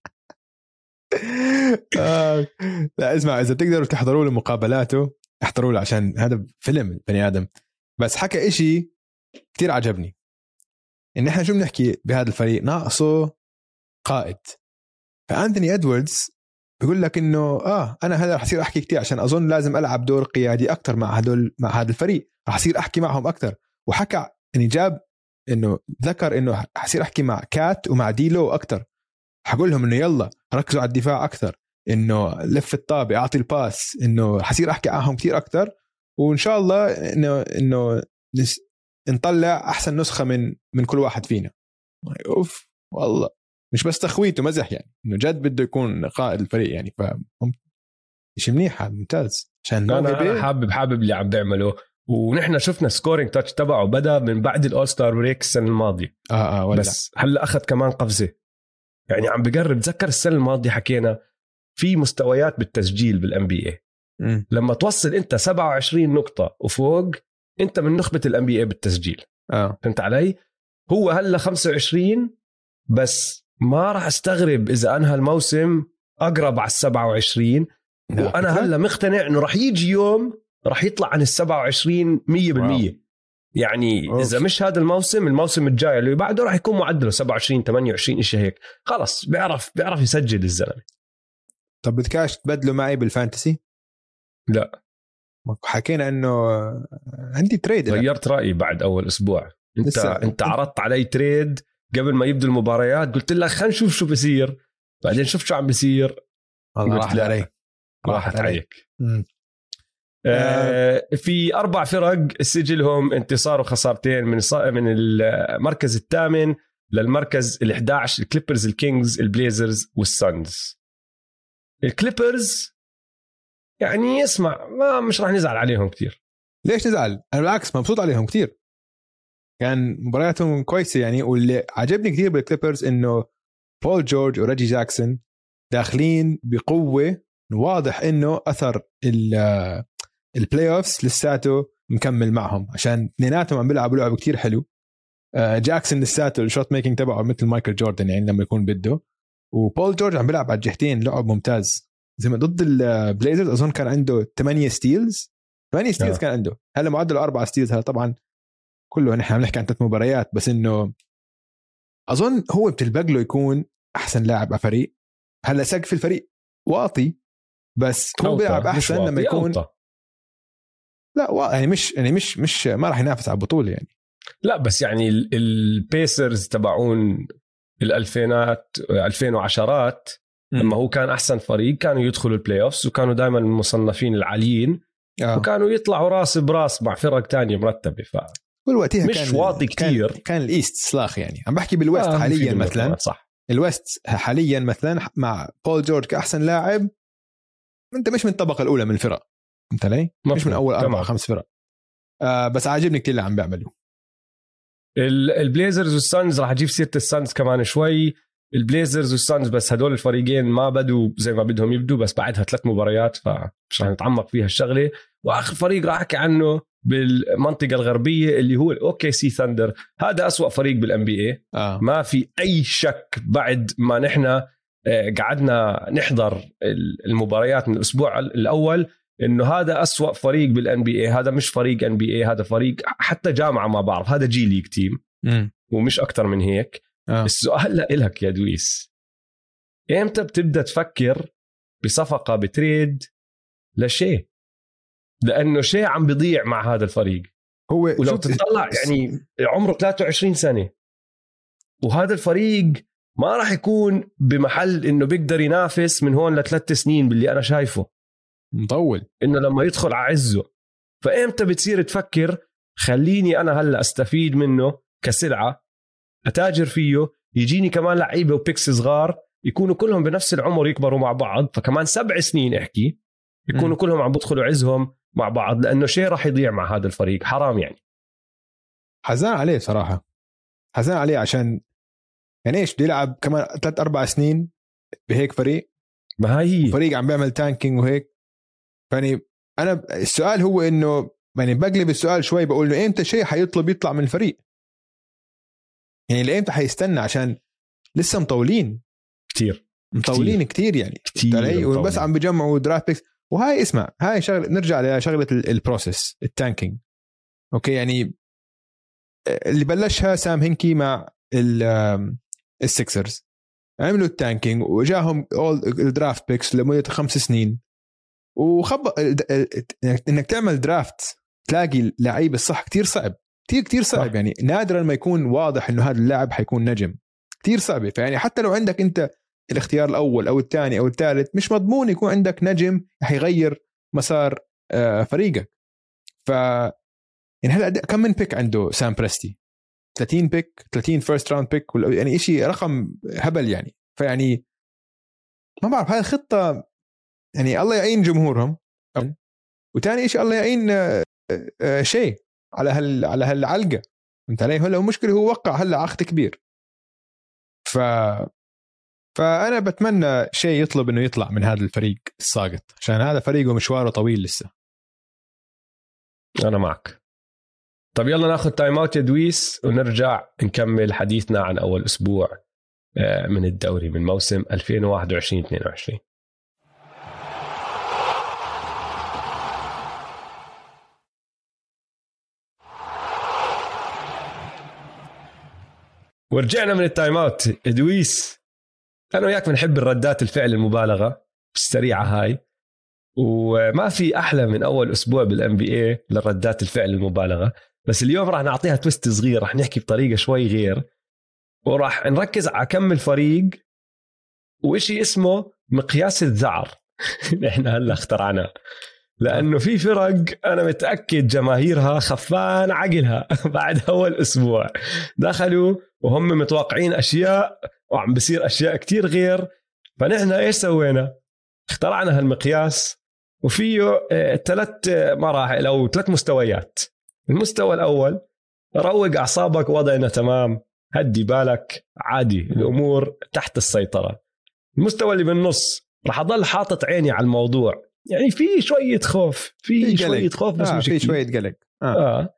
لا اسمع، اذا بتقدروا تحضروا له مقابلاته احضروا له، عشان هذا فيلم بني ادم. بس حكى إشي كتير عجبني، ان احنا شو بنحكي بهذا الفريق ناقصه قائد. فأنتوني إدواردز بيقول لك انه اه انا هلا رح اصير احكي كتير عشان اظن لازم العب دور قيادي اكتر مع هدول مع هذا الفريق، رح اصير احكي معهم اكتر. وحكى اني جاب انه ذكر انه حصير احكي مع كات ومع ديلو اكتر، حقول لهم انه يلا ركزوا على الدفاع اكتر، انه لف الطابه اعطي الباس، انه حصير احكي معهم كتير اكتر. وان شاء الله انه انه نس... نطلع احسن نسخه من من كل واحد فينا. اوف والله مش بس تخويته مزح، يعني انه جد بده يكون قائد الفريق يعني. ف شيء منيح ممتاز عشان انا حابب حابب اللي عم بيعمله. ونحن شفنا سكورينج تاتش تبعه بدا من بعد الاول ستار بريك السنه الماضيه اه اه ولا. بس هلا اخذ كمان قفزه، يعني عم بقرب. تذكر السنه الماضيه حكينا في مستويات بالتسجيل بالان بي اي، لما توصل انت سبعة وعشرين نقطه وفوق انت من نخبه الان بي اي بالتسجيل. اه فهمت علي؟ هو هلا خمسة وعشرين بس، ما راح استغرب اذا انهى الموسم اقرب على السبعة وعشرين. وانا هلا مقتنع انه راح يجي يوم راح يطلع عن السبعة وعشرين مية بالمية. يعني أوف. اذا مش هذا الموسم الموسم الجاي اللي بعده راح يكون معدله سبعة وعشرين ثمانية وعشرين إشي هيك. خلص بيعرف بيعرف يسجل الزلمه. طب بدكاش تبدلوا معي بالفانتسي؟ لا حكينا انه عندي تريد. غيرت رايي بعد اول اسبوع. انت لسه. انت عرضت علي تريد قبل ما يبدو المباريات، قلت لك خلينا نشوف شو بصير. بعدين شفت شو عم بيصير. راحت علي راحت عليك. آه في أربع فرق سجلهم انتصار وخسارتين من من المركز الثامن للمركز الأحد عشر، الكليبرز، الكينجز، البليزرز والسانز. الكليبرز يعني اسمع ما مش راح نزعل عليهم كتير. ليش نزعل؟ أنا بالعكس مبسوط عليهم كتير، كان مبارياتهم كويسة يعني. واللي عجبني كتير بالكليبرز إنه بول جورج وريجي جاكسون داخلين بقوة، واضح إنه أثر البلاي أوفس لساته مكمل معهم، عشان اثنيناتهم عم بيلعبوا لعب كتير حلو. جاكسون لساته الشوت ميكينج تبعه مثل مايكل جوردن يعني لما يكون بده، وبول جورج عم بيلعب على الجهتين لعب ممتاز. زي ما ضد البليزرز أظن كان عنده ثمانية ستيلز ثمانية ستيلز آه. كان عنده، هلا معدله أربعة ستيلز. هلا طبعا كله نحن عم نحكي عن ثلاث مباريات بس، إنه أظن هو بتلبق له يكون أحسن لاعب على فريق. هلا سقف الفريق واطي بس هو بيلعب أحسن لما يكون أوطى. لا وا... يعني مش يعني مش مش ما راح ينافس على البطولة يعني. لا بس يعني البيسرز تبعون الألفينات ألفين وعشرات لما هو كان أحسن فريق كانوا يدخلوا البلاي أوفس وكانوا دائما المصنفين العاليين آه. وكانوا يطلعوا راس براس مع فرق تانية مرتبة. ف والوقتها مش واطي كتير. كان, كان الإيست سلاخ يعني. عم بحكي بالويست آه حاليا مثلا صح. الويست حاليا مثلا مع بول جورج كأحسن لاعب، أنت مش من الطبقة الأولى من الفرق، أنت ليه مش من أول أربعة خمس فرق. آه بس عاجبني كتير اللي عم بيعملوا. البليزرز والسانز راح أجيب سيرة السانز كمان شوي. البليزرز والسانز بس هدول الفريقين ما بدوا زي ما بدهم يبدوا، بس بعدها ثلاث مباريات فمش راح نتعمق فيها الشغلة. وآخر فريق راح أحكي عنه بالمنطقة الغربية اللي هو الأوكي سي ثاندر. هذا أسوأ فريق بالان بي اي آه. ما في أي شك. بعد ما نحن قعدنا نحضر المباريات من الأسبوع الأول إنه هذا أسوأ فريق بالان بي اي. هذا مش فريق ان بي اي، هذا فريق حتى جامعة ما بعرف، هذا جي ليج تيم م. ومش أكتر من هيك. آه. السؤال هلا إلك يا دويس، إمتى بتبدأ تفكر بصفقة بتريد لشيء؟ لأنه شيء عم بيضيع مع هذا الفريق. هو ولو تطلع يعني عمره ثلاثة وعشرين سنة وهذا الفريق ما راح يكون بمحل إنه بيقدر ينافس من هون لثلاث سنين باللي أنا شايفه مطول، إنه لما يدخل عزه. فإمتى بتصير تفكر خليني أنا هلأ أستفيد منه كسلعة أتاجر فيه، يجيني كمان لعيبة وبيكس صغار يكونوا كلهم بنفس العمر يكبروا مع بعض، فكمان سبع سنين احكي يكونوا م. كلهم عم بدخلوا عزهم مع بعض، لأنه شيء راح يضيع مع هذا الفريق. حرام يعني. حزان عليه صراحة، حزان عليه عشان يعني إيش بده يلعب كمان ثلاث أربع سنين بهيك فريق؟ ما هي فريق عم بيعمل تانكينج وهيك. يعني أنا السؤال هو إنه يعني بقلب السؤال شوي بقول له إمتى شيء حيطلب يطلع من الفريق؟ يعني لإمتى حيستنى؟ عشان لسه مطولين كتير مطولين كتير يعني كتير وبس عم بيجمعوا درافت بيكس. وهاي اسمع هاي شغله نرجع لشغله البروسيس التانكينج. اوكي يعني اللي بلشها سام هينكي مع السكسرز، عملوا التانكينج وجاهم اول الدرافت بيكس لمده خمس سنين وخب انك تعمل درافت تلاقي لعيب الصح كتير صعب، كتير كتير صعب. يعني نادرا ما يكون واضح انه هذا اللاعب حيكون نجم، كتير صعبه. فيعني حتى لو عندك انت الاختيار الاول او الثاني او الثالث مش مضمون يكون عندك نجم حيغير مسار فريقك. ف يعني هلا كم من بيك عنده سام بريستي؟ ثلاثين بيك، ثلاثين فيرست راوند بيك، يعني إشي رقم هبل يعني. فيعني ما بعرف هاي الخطة يعني الله يعين جمهورهم، وتاني إشي الله يعين شيء على هال على هالعلقة. انت عليه هلا المشكلة هو وقع هلا عقد كبير. ف فأنا بتمنى شيء يطلب إنه يطلع من هذا الفريق الساقط، عشان هذا فريقه مشواره طويل لسه. أنا معك. طب يلا ناخذ تايم اوت يا دويس ونرجع نكمل حديثنا عن أول أسبوع من الدوري من موسم ألفين وواحد وعشرين اثنين وعشرين. ورجعنا من التايم اوت. دويس أنا وياك بنحب الردات الفعل المبالغة السريعة هاي، وما في أحلى من أول أسبوع بالان بي اي للردات الفعل المبالغة. بس اليوم راح نعطيها تويست صغير، راح نحكي بطريقة شوي غير، وراح نركز على كم الفريق وإشي اسمه مقياس الذعر. احنا هلا اخترعناه لأنه في فرق أنا متأكد جماهيرها خفان عقلها بعد أول أسبوع دخلوا وهم متوقعين أشياء وعم بصير أشياء كتير غير. فنحن إيش سوينا؟ اخترعنا هالمقياس وفيه ثلاث مراحل أو ثلاث مستويات. المستوى الأول روق أعصابك، وضعنا تمام، هدي بالك، عادي، الأمور تحت السيطرة. المستوى اللي بالنص رح أضل حاطط عيني على الموضوع، يعني في شوية خوف، في شوية خوف بس آه مش في شوية قلق. آه. آه.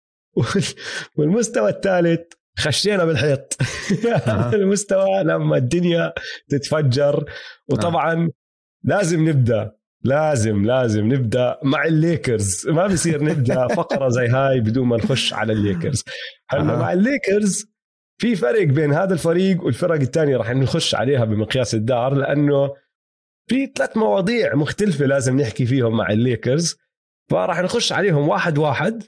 والمستوى الثالث خشينا بالحيط. هذا المستوى لما الدنيا تتفجر. وطبعا آه. لازم نبدأ لازم لازم نبدأ مع الليكرز. ما بيصير نبدأ فقرة زي هاي بدون ما نخش على الليكرز. هلا آه. مع الليكرز في فرق بين هذا الفريق والفرق الثانية رح نخش عليها بمقياس الدار، لأنه في ثلاث مواضيع مختلفة لازم نحكي فيهم مع الليكرز، فراح نخش عليهم واحد واحد.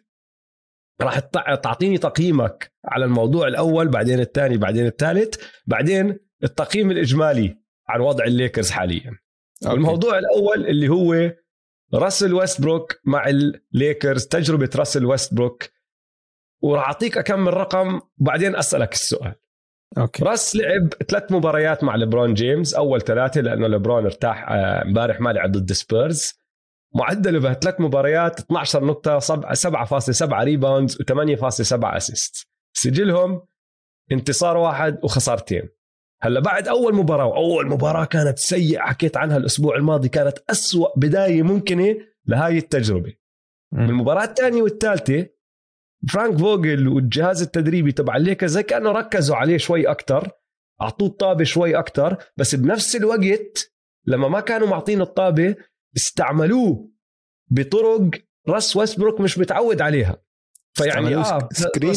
راح تعطيني تقييمك على الموضوع الأول، بعدين الثاني، بعدين الثالث، بعدين التقييم الإجمالي عن وضع الليكرز حاليا. أوكي. الموضوع الأول اللي هو راسل ويستبروك مع الليكرز، تجربة راسل ويستبروك، وراح أعطيك أكمل رقم وبعدين أسألك السؤال. أوكي. راس لعب ثلاث مباريات مع ليبرون جيمس، أول ثلاثة لأنه ليبرون ارتاح امبارح ما لعب ضد سبيرز. معدله بهالثلاث مباريات اثني عشر نقطة، سبعة فاصلة سبعة ريباوندز و8 فاصلة سبعة أسيست. سجلهم انتصار واحد وخسارتين. هلا بعد أول مباراة، وأول مباراة كانت سيئة، حكيت عنها الأسبوع الماضي، كانت أسوأ بداية ممكنة لهاي التجربة. م. المباراة الثانية والثالثة فرانك فوغل والجهاز التدريبي تبع الليكرز زي كأنه ركزوا عليه شوي أكتر، أعطوه الطابة شوي أكتر، بس بنفس الوقت لما ما كانوا معطين الطابة استعملوه بطرق راس ويستبروك مش متعود عليها. فيعني آه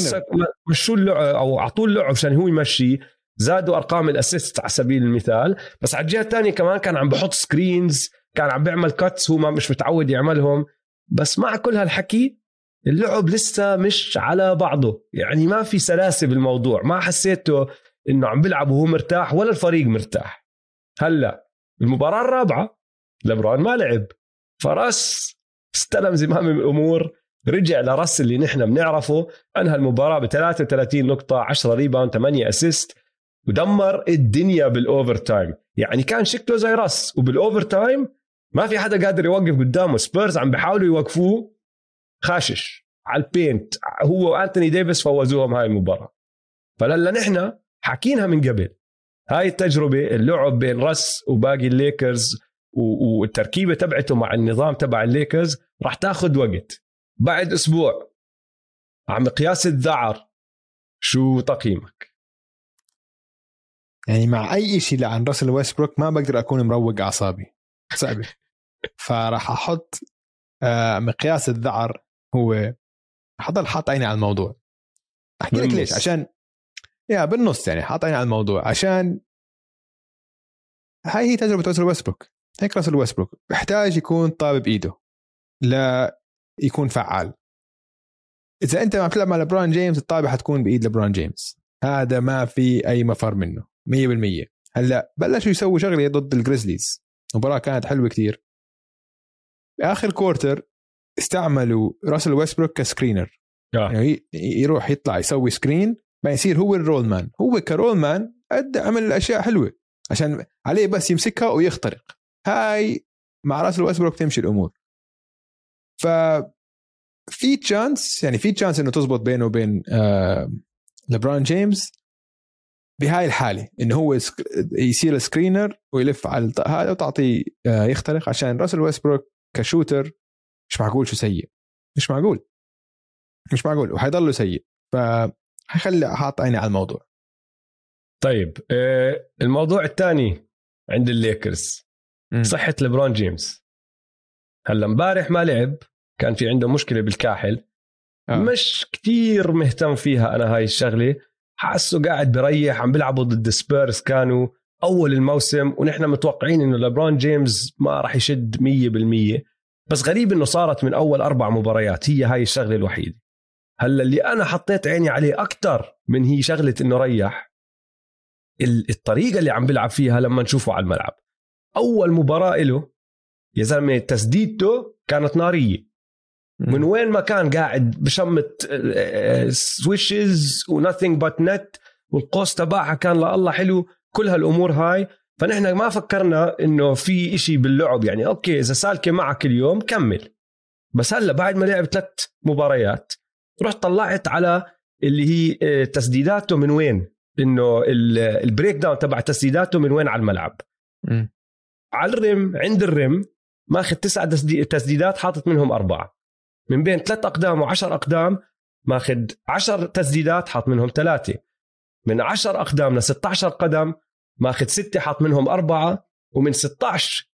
مشوا اللعب أو أعطوه اللعب عشان هو يمشي، زادوا أرقام الأسيست على سبيل المثال، بس على الجهة الثانية كمان كان عم بحط سكرينز، كان عم بيعمل كاتس هو ما مش متعود يعملهم. بس مع كل هالحكي اللعب لسه مش على بعضه، يعني ما في سلاسة بالموضوع، ما حسيته إنه عم بيلعب وهو مرتاح ولا الفريق مرتاح. هلأ المباراة الرابعة ليبرون ما لعب، فراس استلم زمام الأمور، رجع لراس اللي نحن بنعرفه، أنهى المباراة ب ثلاثة وثلاثين نقطة، عشرة ريباوند، ثمانية أسيست، ودمر الدنيا بالأوفر تايم. يعني كان شكله زي راس، وبالأوفر تايم ما في حدا قادر يوقف قدامه. سبيرز عم بيحاولوا يوقفوه خاشش على البينت، هو وأنتوني ديفيس فوزوهم هاي المباراة. فللا نحن حكينها من قبل، هاي التجربة اللعب بين راس وباقي الليكرز والتركيبة تبعته مع النظام تبع الليكرز راح تاخد وقت. بعد أسبوع عم قياس الذعر، شو تقييمك؟ يعني مع أي شيء عن راسل ويستبروك ما بقدر أكون مروق أعصابي، صعبة. فراح أحط آه مقياس الذعر، هو حضل حاط عيني على الموضوع. أحكي لك ليش، عشان يا بالنص يعني حاط عيني على الموضوع، عشان هاي هي تجربة راسل ويستبروك. هيك راسل ويستبروك بيحتاج يكون طابب إيده لا يكون فعال. إذا أنت ما بتلعب مع لبران جيمس الطابة حتكون بإيد لبران جيمس، هذا ما في أي مفر منه مية بالمية. هلأ بلشوا يسووا شغلة ضد الجريزليز، مباراة كانت حلوة كتير. بآخر كورتر استعملوا راسل ويستبروك كسكرينر، يعني يروح يطلع يسوي سكرين، ما يصير هو الرول مان. هو كرول مان أدى عمل الأشياء حلوة عشان عليه بس يمسكها ويخترق. هاي مع راسل ويستبروك تمشي الأمور. ففي تشانس، يعني في تشانس إنه تزبط بينه وبين آه لبران جيمس بهاي الحالة، إنه هو يصير سكرينر ويلف على هذا وتعطيه آه يخترق، عشان راسل ويستبروك كشوتر مش معقول شو سيء، مش معقول مش معقول وحيضله سيء. فهيخلي أحط عيني على الموضوع. طيب آه الموضوع الثاني عند الليكرز م. صحة لبران جيمس. هلا مبارح ما لعب، كان في عنده مشكلة بالكاحل. آه. مش كتير مهتم فيها أنا هاي الشغلة، حاسه قاعد بريح، عم بيلعبوا ضد سبيرز كانوا أول الموسم، ونحن متوقعين إنه لبران جيمس ما راح يشد مية بالمية. بس غريب إنه صارت من أول أربع مباريات هي هاي الشغلة الوحيدة. هلا اللي أنا حطيت عيني عليه أكتر من هي شغلة إنه ريح، الطريقة اللي عم بيلعب فيها لما نشوفه على الملعب. أول مباراة له يا زلمة تسديدته كانت نارية من وين ما كان قاعد بشمت سويشز ونثينج بات نت والقوس تبعها كان لله حلو. كل هالأمور هاي فنحن ما فكرنا إنه في إشي باللعب يعني أوكي إذا سالكة معك اليوم كمل. بس هلأ بعد ما لعب ثلاث مباريات رحت طلعت على اللي هي تسديداته من وين إنه البريك داون تبع تسديداته من وين على الملعب. م. على الرم عند الرم ماخذ تسع تسديدات حاطط منهم أربعة. من بين ثلاث أقدام وعشر أقدام ماخذ عشر تسديدات حاط منهم ثلاثة. من عشر أقدام لستة عشر قدم ماخذ ستة حاط منهم أربعة. ومن ستة عشر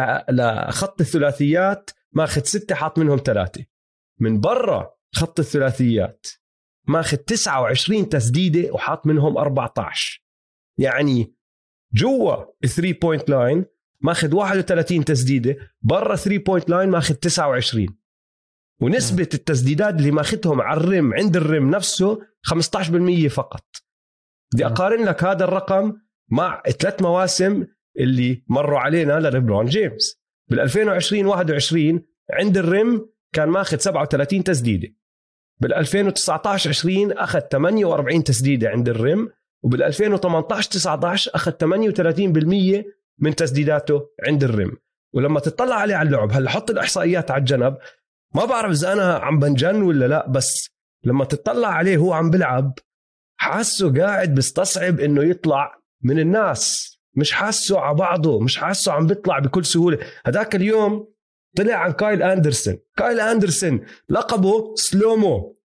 لخط الثلاثيات ماخذ ستة حاط منهم ثلاثة. من برا خط الثلاثيات ماخذ تسعة وعشرين تسديدة وحاط منهم أربعة عشر. يعني جوا ثري بوينت لاين ماخذ واحد وثلاثين تسديدة، برا ثري بوينت لاين ماخذ تسعة وعشرين. ونسبة التسديدات اللي ماخذهم على الرم عند الرم نفسه خمسة عشر بالمية فقط. بدي أقارن لك هذا الرقم مع ثلاث مواسم اللي مروا علينا لليبرون جيمس. بال2020 واحد وعشرين عند الرم كان ماخذ سبعة وثلاثين تسديدة. بال2019 عشرين أخذ ثمانية وأربعين تسديدة عند الرم. وبال2018 تسعة عشر أخذ ثمانية وثلاثين بالمية من تسديداته عند الرم. ولما تطلع عليه على اللعب هلا حط الإحصائيات على الجنب، ما بعرف إذا أنا عم بنجن ولا لا، بس لما تطلع عليه هو عم بلعب حاسه قاعد بيستصعب إنه يطلع من الناس، مش حاسه على بعضه، مش حاسه عم بيطلع بكل سهولة. هداك اليوم طلع عن كايل أندرسون. كايل أندرسون لقبه سلومو،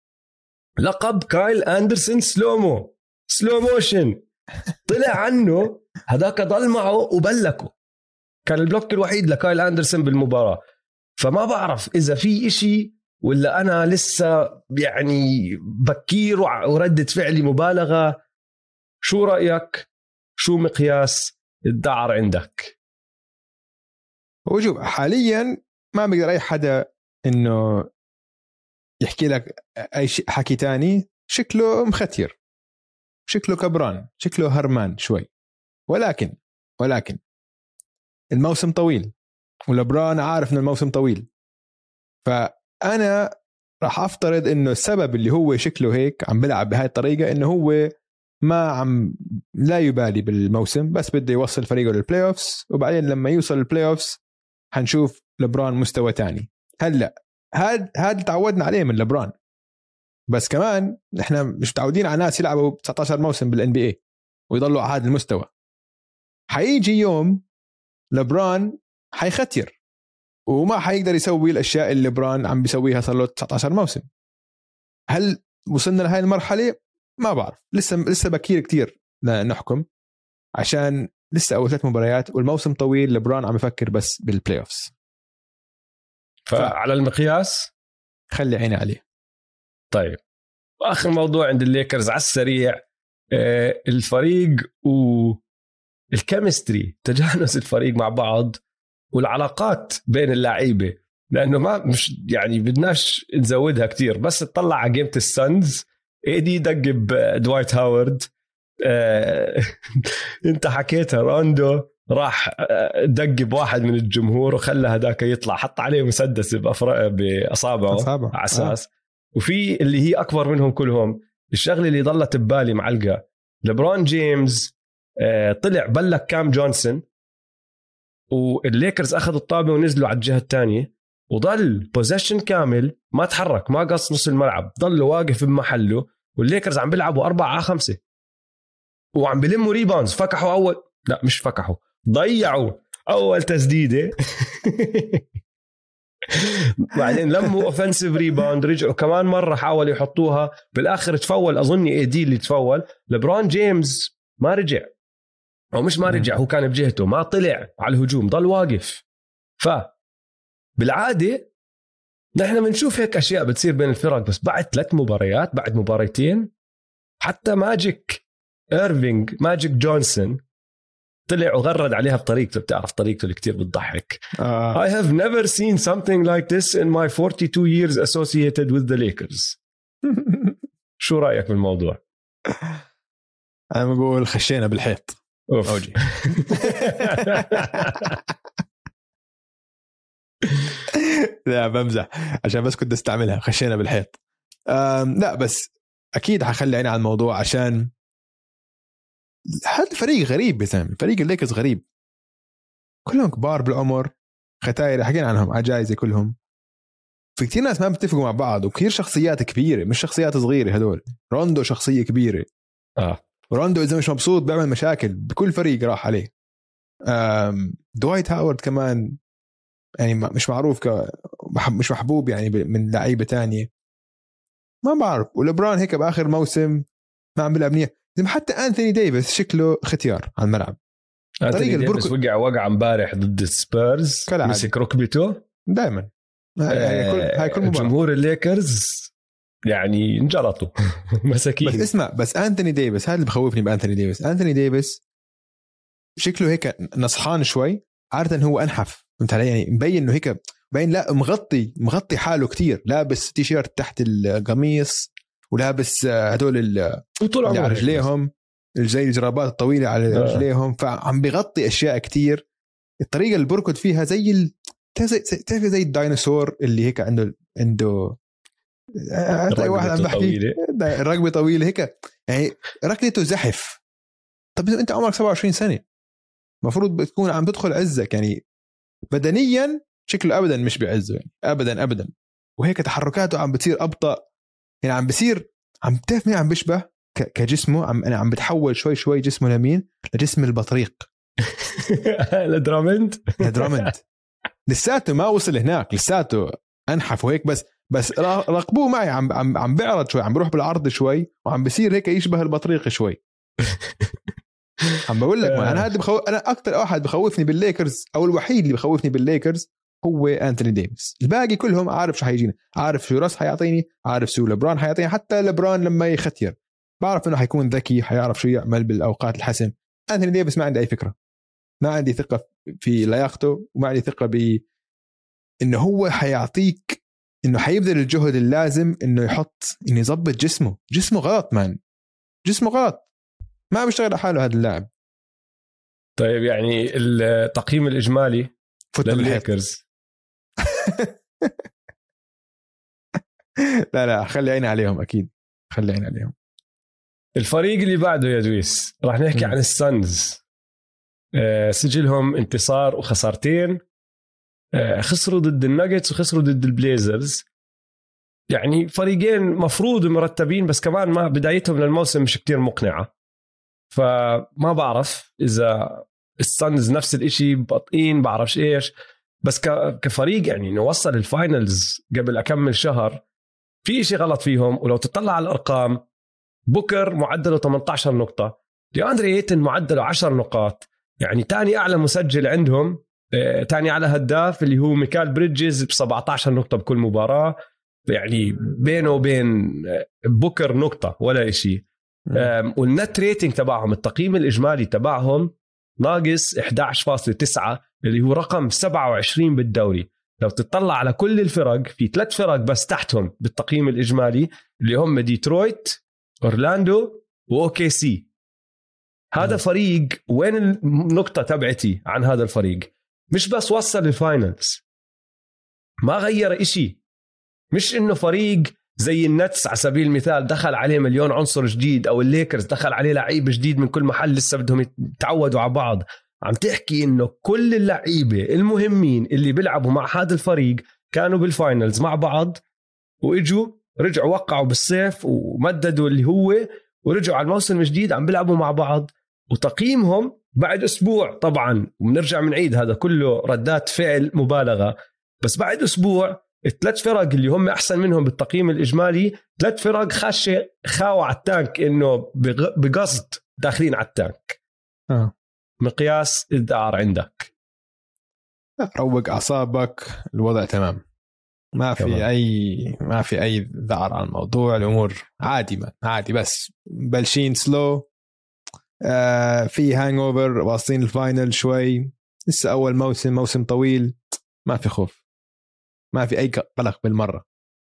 لقب كايل أندرسون سلومو، سلو موشن. طلع عنه هداك ضل معه وبلكه. كان البلوك الوحيد لكايل أندرسون بالمباراة. فما بعرف إذا في إشي ولا أنا لسه يعني بكير وردة فعلي مبالغة. شو رأيك؟ شو مقياس الدعر عندك؟ وجوب حاليا ما بقدر أي حدا إنه يحكي لك أي شيء حكي تاني. شكله مختير، شكله كبران، شكله هرمان شوي. ولكن ولكن الموسم طويل ولبران عارف إن الموسم طويل. فأنا راح أفترض إنه السبب اللي هو شكله هيك عم بلعب بهاي الطريقة إنه هو ما عم لا يبالي بالموسم، بس بده يوصل فريقه للبلاي أوفس. وبعدين لما يوصل للبلاي أوفس هنشوف لبران مستوى تاني. هلأ هاد هاد تعودنا عليه من لبران، بس كمان احنا مش متعودين على ناس يلعبوا تسعة عشر موسم بالان بي اي ويضلوا على هذا المستوى. حيجي يوم لبران حيختير وما حيقدر يسوي الاشياء اللي لبران عم بيسويها صار له تسعة عشر موسم. هل وصلنا لهي المرحله؟ ما بعرف، لسه لسه بكير كتير نحكم، عشان لسه اول ثلاث مباريات والموسم طويل. لبران عم يفكر بس بالبلاي اوفس. فعلى المقياس خلي عيني عليه. طيب آخر موضوع عند الليكرز على السريع، آه الفريق والكيمستري، تجانس الفريق مع بعض والعلاقات بين اللاعبين. لأنه ما مش يعني بدناش نزودها كتير، بس تطلع على جيمة السانز ايدي دقب دوايت هاورد. آه انت حكيتها، روندو راح دقب واحد من الجمهور وخلى هداك يطلع حط عليه مسدس بأصابعه على أساس. آه. وفي اللي هي أكبر منهم كلهم الشغلة اللي ضلت ببالي معلقة، لبرون جيمس آه طلع بلك كام جونسون والليكرز أخذوا الطابة ونزلوا على الجهة الثانية، وضل بوزيشن كامل ما تحرك، ما قص نص الملعب، ضل واقف بمحله. والليكرز عم بيلعبوا أربعة على خمسة وعم بيلموا ريباونز. فكحوا أول لا مش فكحوا ضيعوا أول تسديدة بعدين لموا اوفنسيف ريباوند، رجعوا كمان مرة حاولوا يحطوها، بالآخر تفول. أظن اي دي اللي تفول. لبرون جيمس ما رجع، أو مش ما رجع، هو كان بجهته، ما طلع على الهجوم، ضل واقف. فبالعادة نحن بنشوف هيك أشياء بتصير بين الفرق، بس بعد ثلاث مباريات، بعد مباريتين، حتى ماجيك إيرفينج ماجيك جونسون طلع وغرد عليها بطريقته. بتعرف طريقته اللي كتير بتضحك. آه. I have never seen something like this in my forty-two years associated with the Lakers. شو رأيك بالموضوع؟ انا بقول خشينا بالحيط. اوجي لا بمزح عشان بس كنت استعملها. خشينا بالحيط. لا بس اكيد حخلي عيني على الموضوع عشان هذا الفريق غريب. بسام فريق الليكرز غريب، كلهم كبار بالعمر، ختاير حكينا عنهم عجايزة كلهم. في كتير ناس ما بيتفقوا مع بعض وكثير شخصيات كبيرة مش شخصيات صغيرة. هدول روندو شخصية كبيرة اه روندو إذا مش مبسوط بيعمل مشاكل بكل فريق راح عليه. دوايت هاورد كمان يعني مش معروف ك مش محبوب يعني من لعيبة تانية ما بعرف. ولبران هيك بآخر موسم ما عم بيلعب منيح. حتى أنثوني ديفيس شكله ختيار على الملعب. طريق البركو وقع وقع امبارح ضد السبيرز مسك ركبته دائما. هاي كل هاي كل مباراة جمهور الليكرز يعني انجلطوا مساكين. بس اسمع بس أنثوني ديفيس هذا اللي بخوفني بأنثوني ديفيس. أنثوني ديفيس شكله هيك نصحان شوي، عادة هو أنحف فهمت علي يعني مبين إنه هيك باين لا مغطي مغطي حاله كتير، لابس تيشيرت تحت القميص ولابس هدول اللي على رجليهم زي الجرابات الطويلة على آه. رجليهم، فعم بيغطي أشياء كتير. الطريقة اللي بركض فيها زي ال... تعرف زي الديناصور اللي هيك عنده عنده هتلاقي واحد عم بحكي رقبة طويلة هيك يعني ركلته زحف. طب أنت عمرك سبعة وعشرين سنة مفروض بتكون عم تدخل عزك يعني بدنيا شكله أبدا مش بعزه يعني أبدا أبدا. وهيك تحركاته عم بتصير أبطأ يعني عم بصير عم تعرف مين عم بيشبه كجسمه عم أنا عم بتحول شوي شوي جسمه لمين لجسم البطريق لدرامند لدرامند لساته ما وصل هناك لساته أنحف وهيك بس بس راقبوه معي عم عم عم بيعرض شوي عم بروح بالعرض شوي وعم بصير هيك يشبه البطريق شوي. عم بقول لك ما انا هذا بخو... انا اكثر واحد بخوفني بالليكرز او الوحيد اللي بخوفني بالليكرز هو أنتوني ديفيس. الباقي كلهم عارف شو حيجينا، عارف شو راس حيعطيني، عارف شو لبران حيعطيني. حتى لبران لما يختير بعرف انه حيكون ذكي حيعرف شو يعمل بالاوقات الحسم. أنتوني ديفيس ما عندي اي فكره، ما عندي ثقه في لياقته وما عندي ثقه ب انه هو حيعطيك انه حيبذل الجهد اللازم انه يحط انه يظبط جسمه. جسمه غلط مان، جسمه غلط ما بيشتغل على حاله هذا اللاعب. طيب يعني التقييم الإجمالي للليكرز لا لا خلي عيني عليهم أكيد خلي عيني عليهم. الفريق اللي بعده يا دويس راح نحكي م. عن السانز. آه سجلهم انتصار وخسارتين، آه خسروا ضد الناجتس وخسروا ضد البليزرز. يعني فريقين مفروض مرتبين بس كمان ما بدايتهم للموسم مش كتير مقنعة. فما بعرف إذا السانز نفس الاشي بطئين بعرفش إيش، بس كفريق يعني نوصل الفاينلز قبل أكمل شهر في إشي غلط فيهم. ولو تطلع على الأرقام بوكر معدله ثمانية عشر نقطة، دياندري ايتن معدله عشر نقاط، يعني تاني أعلى مسجل عندهم، تاني أعلى هداف اللي هو ميكال بريدجز ب سبعة عشر نقطة بكل مباراة. يعني بينه وبين بوكر نقطة ولا إشي. والنت ريتنج تبعهم التقييم الإجمالي تبعهم ناقص إحدى عشر فاصلة تسعة اللي هو رقم سبعة وعشرين بالدوري. لو تطلع على كل الفرق في ثلاث فرق بس تحتهم بالتقييم الإجمالي اللي هم ديترويت أورلاندو وأوكي سي. هذا فريق وين النقطة تبعتي عن هذا الفريق؟ مش بس وصل للفاينلز ما غير إشي، مش إنه فريق زي النتس على سبيل المثال دخل عليه مليون عنصر جديد أو الليكرز دخل عليه لعيب جديد من كل محل لسه بدهم يتعودوا على بعض. عم تحكي إنه كل اللعيبة المهمين اللي بيلعبوا مع هذا الفريق كانوا بالفاينلز مع بعض وإجوا رجعوا وقعوا بالصيف ومددوا اللي هو ورجعوا على الموسم الجديد عم بيلعبوا مع بعض. وتقييمهم بعد أسبوع طبعا وبنرجع من عيد هذا كله ردات فعل مبالغة، بس بعد أسبوع الثلاث فرق اللي هم أحسن منهم بالتقييم الإجمالي ثلاث فرق خاشة خاوة على التانك إنه بقصد داخلين على التانك. آه. مقياس الذعر عندك، روق أعصابك الوضع تمام، ما في تمام. أي ما في أي ذعر على الموضوع، الأمور عادي ما عادي بس بلشين سلو. آه في هانج أوفر واصلين الفاينل شوي لسه أول موسم موسم طويل ما في خوف ما في أي قلق بالمرة.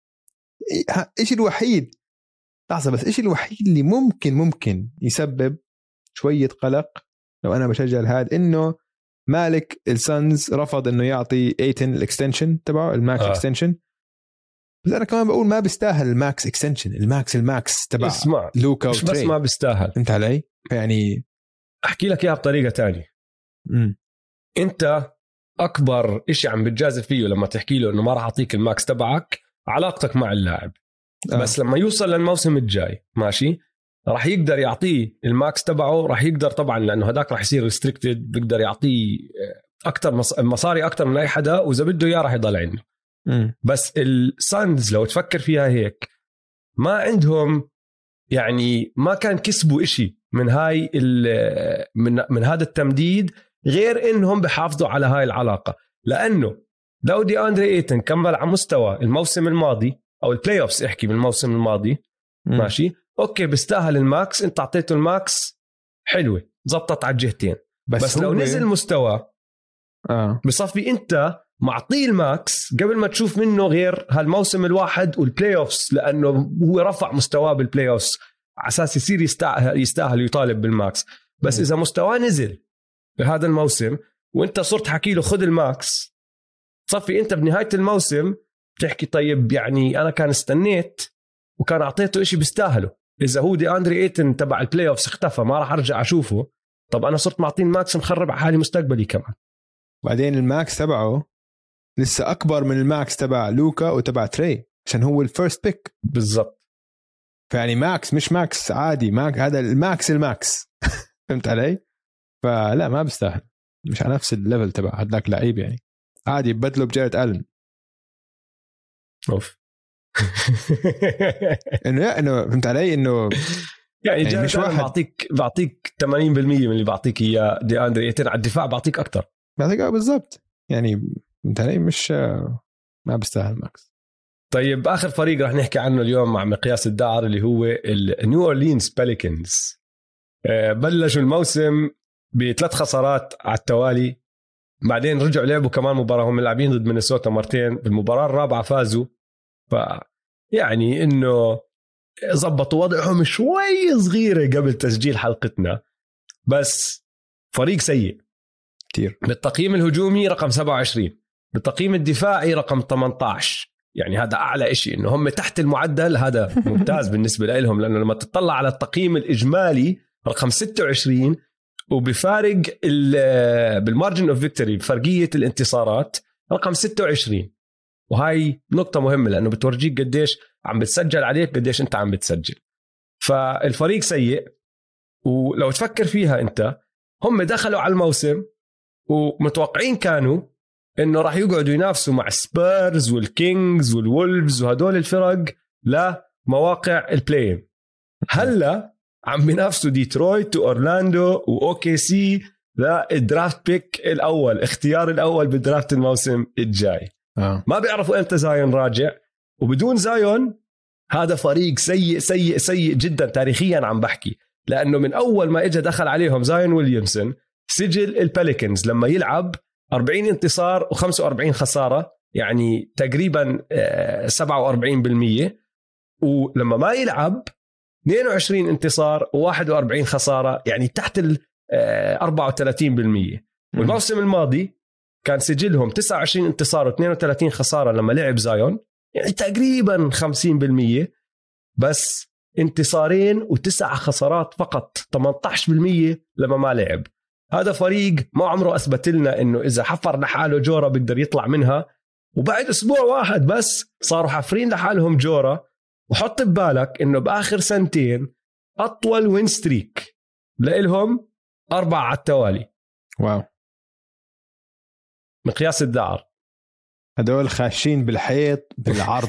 إيش الوحيد لحظة بس إيش الوحيد اللي ممكن ممكن يسبب شويه قلق لو انا بشجع الهاد انه مالك السانز رفض انه يعطي ايتن الاكستنشن تبعه الماكس آه. اكستنشن. بس انا كمان بقول ما بيستاهل الماكس اكستنشن الماكس الماكس تبع اسمع لوكا مش بس ما بيستاهل. فهمت علي؟ يعني احكي لك اياها بطريقه تانية. امم انت اكبر إشي عم بتجازف فيه لما تحكي له انه ما راح اعطيك الماكس تبعك علاقتك مع اللاعب. آه. بس لما يوصل للموسم الجاي ماشي راح يقدر يعطيه الماكس تبعه. راح يقدر طبعا لانه هداك راح يصير ريستريكتد بيقدر يعطيه اكثر مصاري اكثر من اي حدا واذا بده اياه راح يضل عنده. م. بس الساندز لو تفكر فيها هيك ما عندهم يعني ما كان كسبوا إشي من هاي من من هذا التمديد غير انهم بحافظوا على هاي العلاقه. لانه لو دي اندري ايتن كمل على مستوى الموسم الماضي او البلاي اوفز احكي من الموسم الماضي م. ماشي اوكي بيستاهل الماكس. انت اعطيته الماكس حلوه زبطت على الجهتين. بس, بس لو نزل مستوى اه بصفي انت معطيه الماكس قبل ما تشوف منه غير هالموسم الواحد والبلاي اوفز لانه هو رفع مستواه بالبلاي اوفز على اساس يصير يستاهل يستاهل يطالب بالماكس. بس م. اذا مستواه نزل بهذا الموسم وانت صرت حكي له خذ الماكس صفي انت بنهايه الموسم تحكي طيب يعني انا كان استنيت وكان اعطيته إشي بيستاهله. اذا هو دي اندري ايتن تبع البلاي اوفز اختفى ما راح ارجع اشوفه. طب انا صرت معطيه الماكس مخرب على حالي مستقبلي كمان. بعدين الماكس تبعه لسه اكبر من الماكس تبع لوكا وتبع تري عشان هو الفيرست بيك بالضبط. فيعني ماكس مش ماكس عادي ماك هذا الماكس الماكس فهمت علي؟ فلا ما بيستاهل مش على نفس الليفل تبع هذاك لعيب يعني عادي بدله بجارة ألن. اوف انه انه فهمت علي انه يعني, يعني مش واحد بعطيك بعطيك ثمانين بالمية من اللي بعطيك اياه دي اندري ايتن على الدفاع بعطيك اكثر بعطيك بالضبط يعني فهمت علي مش ما بيستاهل ماكس. طيب اخر فريق راح نحكي عنه اليوم مع مقياس الدعر اللي هو النيو اورلينز بيليكنز. بلشوا الموسم بثلاث خسارات على التوالي بعدين رجعوا لعبوا كمان مباراة هم لاعبين ضد مينيسوتا مرتين بالمباراة الرابعة فازوا. ف يعني انه زبطوا وضعهم شوي صغيرة قبل تسجيل حلقتنا. بس فريق سيء كتير. بالتقييم الهجومي رقم سبعة وعشرين بالتقييم الدفاعي رقم ثمانية عشر يعني هذا أعلى إشي إنه هم تحت المعدل. هذا ممتاز بالنسبة لهم لأنه لما تطلع على التقييم الإجمالي رقم ستة وعشرين وبفارق بالمارجن اوف فيكتوري بفرقية الانتصارات رقم ستة وعشرين. وهاي نقطة مهمة لأنه بتورجيك قديش عم بتسجل عليك قديش أنت عم بتسجل. فالفريق سيء. ولو تفكر فيها أنت هم دخلوا على الموسم ومتوقعين كانوا إنه راح يقعدوا ينافسوا مع سبيرز والكينجز والولفز وهدول الفرق لمواقع البلاي. هلا عم بينافسوا ديترويت وأورلاندو وأوكي سي للدرافت بيك الأول اختيار الأول بالدرافت الموسم الجاي. آه. ما بيعرفوا امتى زايون راجع. وبدون زايون هذا فريق سيء سيء سيء جدا تاريخيا عم بحكي. لأنه من أول ما إجا دخل عليهم زايون ويليامسون سجل الباليكنز لما يلعب أربعين انتصار وخمسة وأربعين خسارة يعني تقريبا سبعة وأربعين بالمية. ولما ما يلعب اثنين وعشرين انتصار وواحد وأربعين خسارة يعني تحت ال أربعة وثلاثين بالمية. والموسم الماضي كان سجلهم تسعة وعشرين انتصار واثنين وثلاثين خسارة لما لعب زايون يعني تقريبا خمسين بالمية. بس انتصارين وتسع خسارات فقط ثمانية عشر بالمية لما ما لعب. هذا فريق ما عمره أثبت لنا إنه إذا حفر لحاله جورة بيقدر يطلع منها. وبعد أسبوع واحد بس صاروا حافرين لحالهم جورة. وحط ببالك إنه بآخر سنتين أطول وين ستريك لإلهم أربعة على التوالي. واو. مقياس الدعر هدول خاشين بالحيط بالعرض.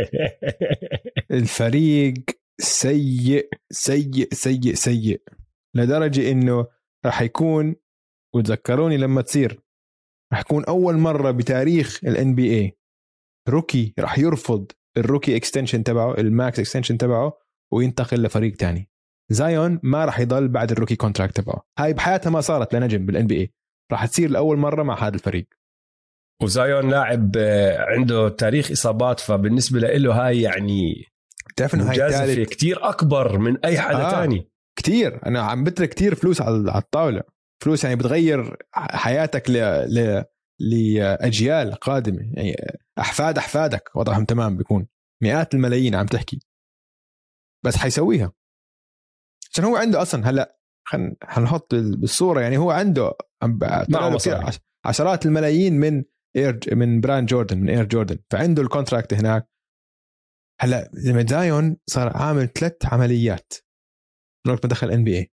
الفريق سيء سيء سيء سيء لدرجة إنه راح يكون وتذكروني لما تصير راح يكون أول مرة بتاريخ ال إن بي إيه روكي راح يرفض الروكي اكستنشن تبعه الماكس اكستنشن تبعه وينتقل لفريق تاني. زايون ما راح يضل بعد الروكي كونتراكت تبعه. هاي بحياتها ما صارت لنجم بالان بي اي. راح تصير لأول مرة مع هذا الفريق. وزايون لاعب عنده تاريخ إصابات فبالنسبة له هاي يعني مجازفة كتير أكبر من أي حدا آه. تاني. كتير. انا عم بترك كتير فلوس على الطاوله، فلوس يعني بتغير حياتك ل ل لاجيال قادمه، يعني احفاد احفادك وضعهم تمام، بيكون مئات الملايين عم تحكي، بس حيسويها عشان هو عنده اصلا. هلا خلينا نحط بالصوره، يعني هو عنده عشرات الملايين من اير من براند جوردن، من اير جوردن، فعنده الكونتراكت هناك. هلا لما زايون صار عامل ثلاث عمليات من وقت ما دخل ان بي اي،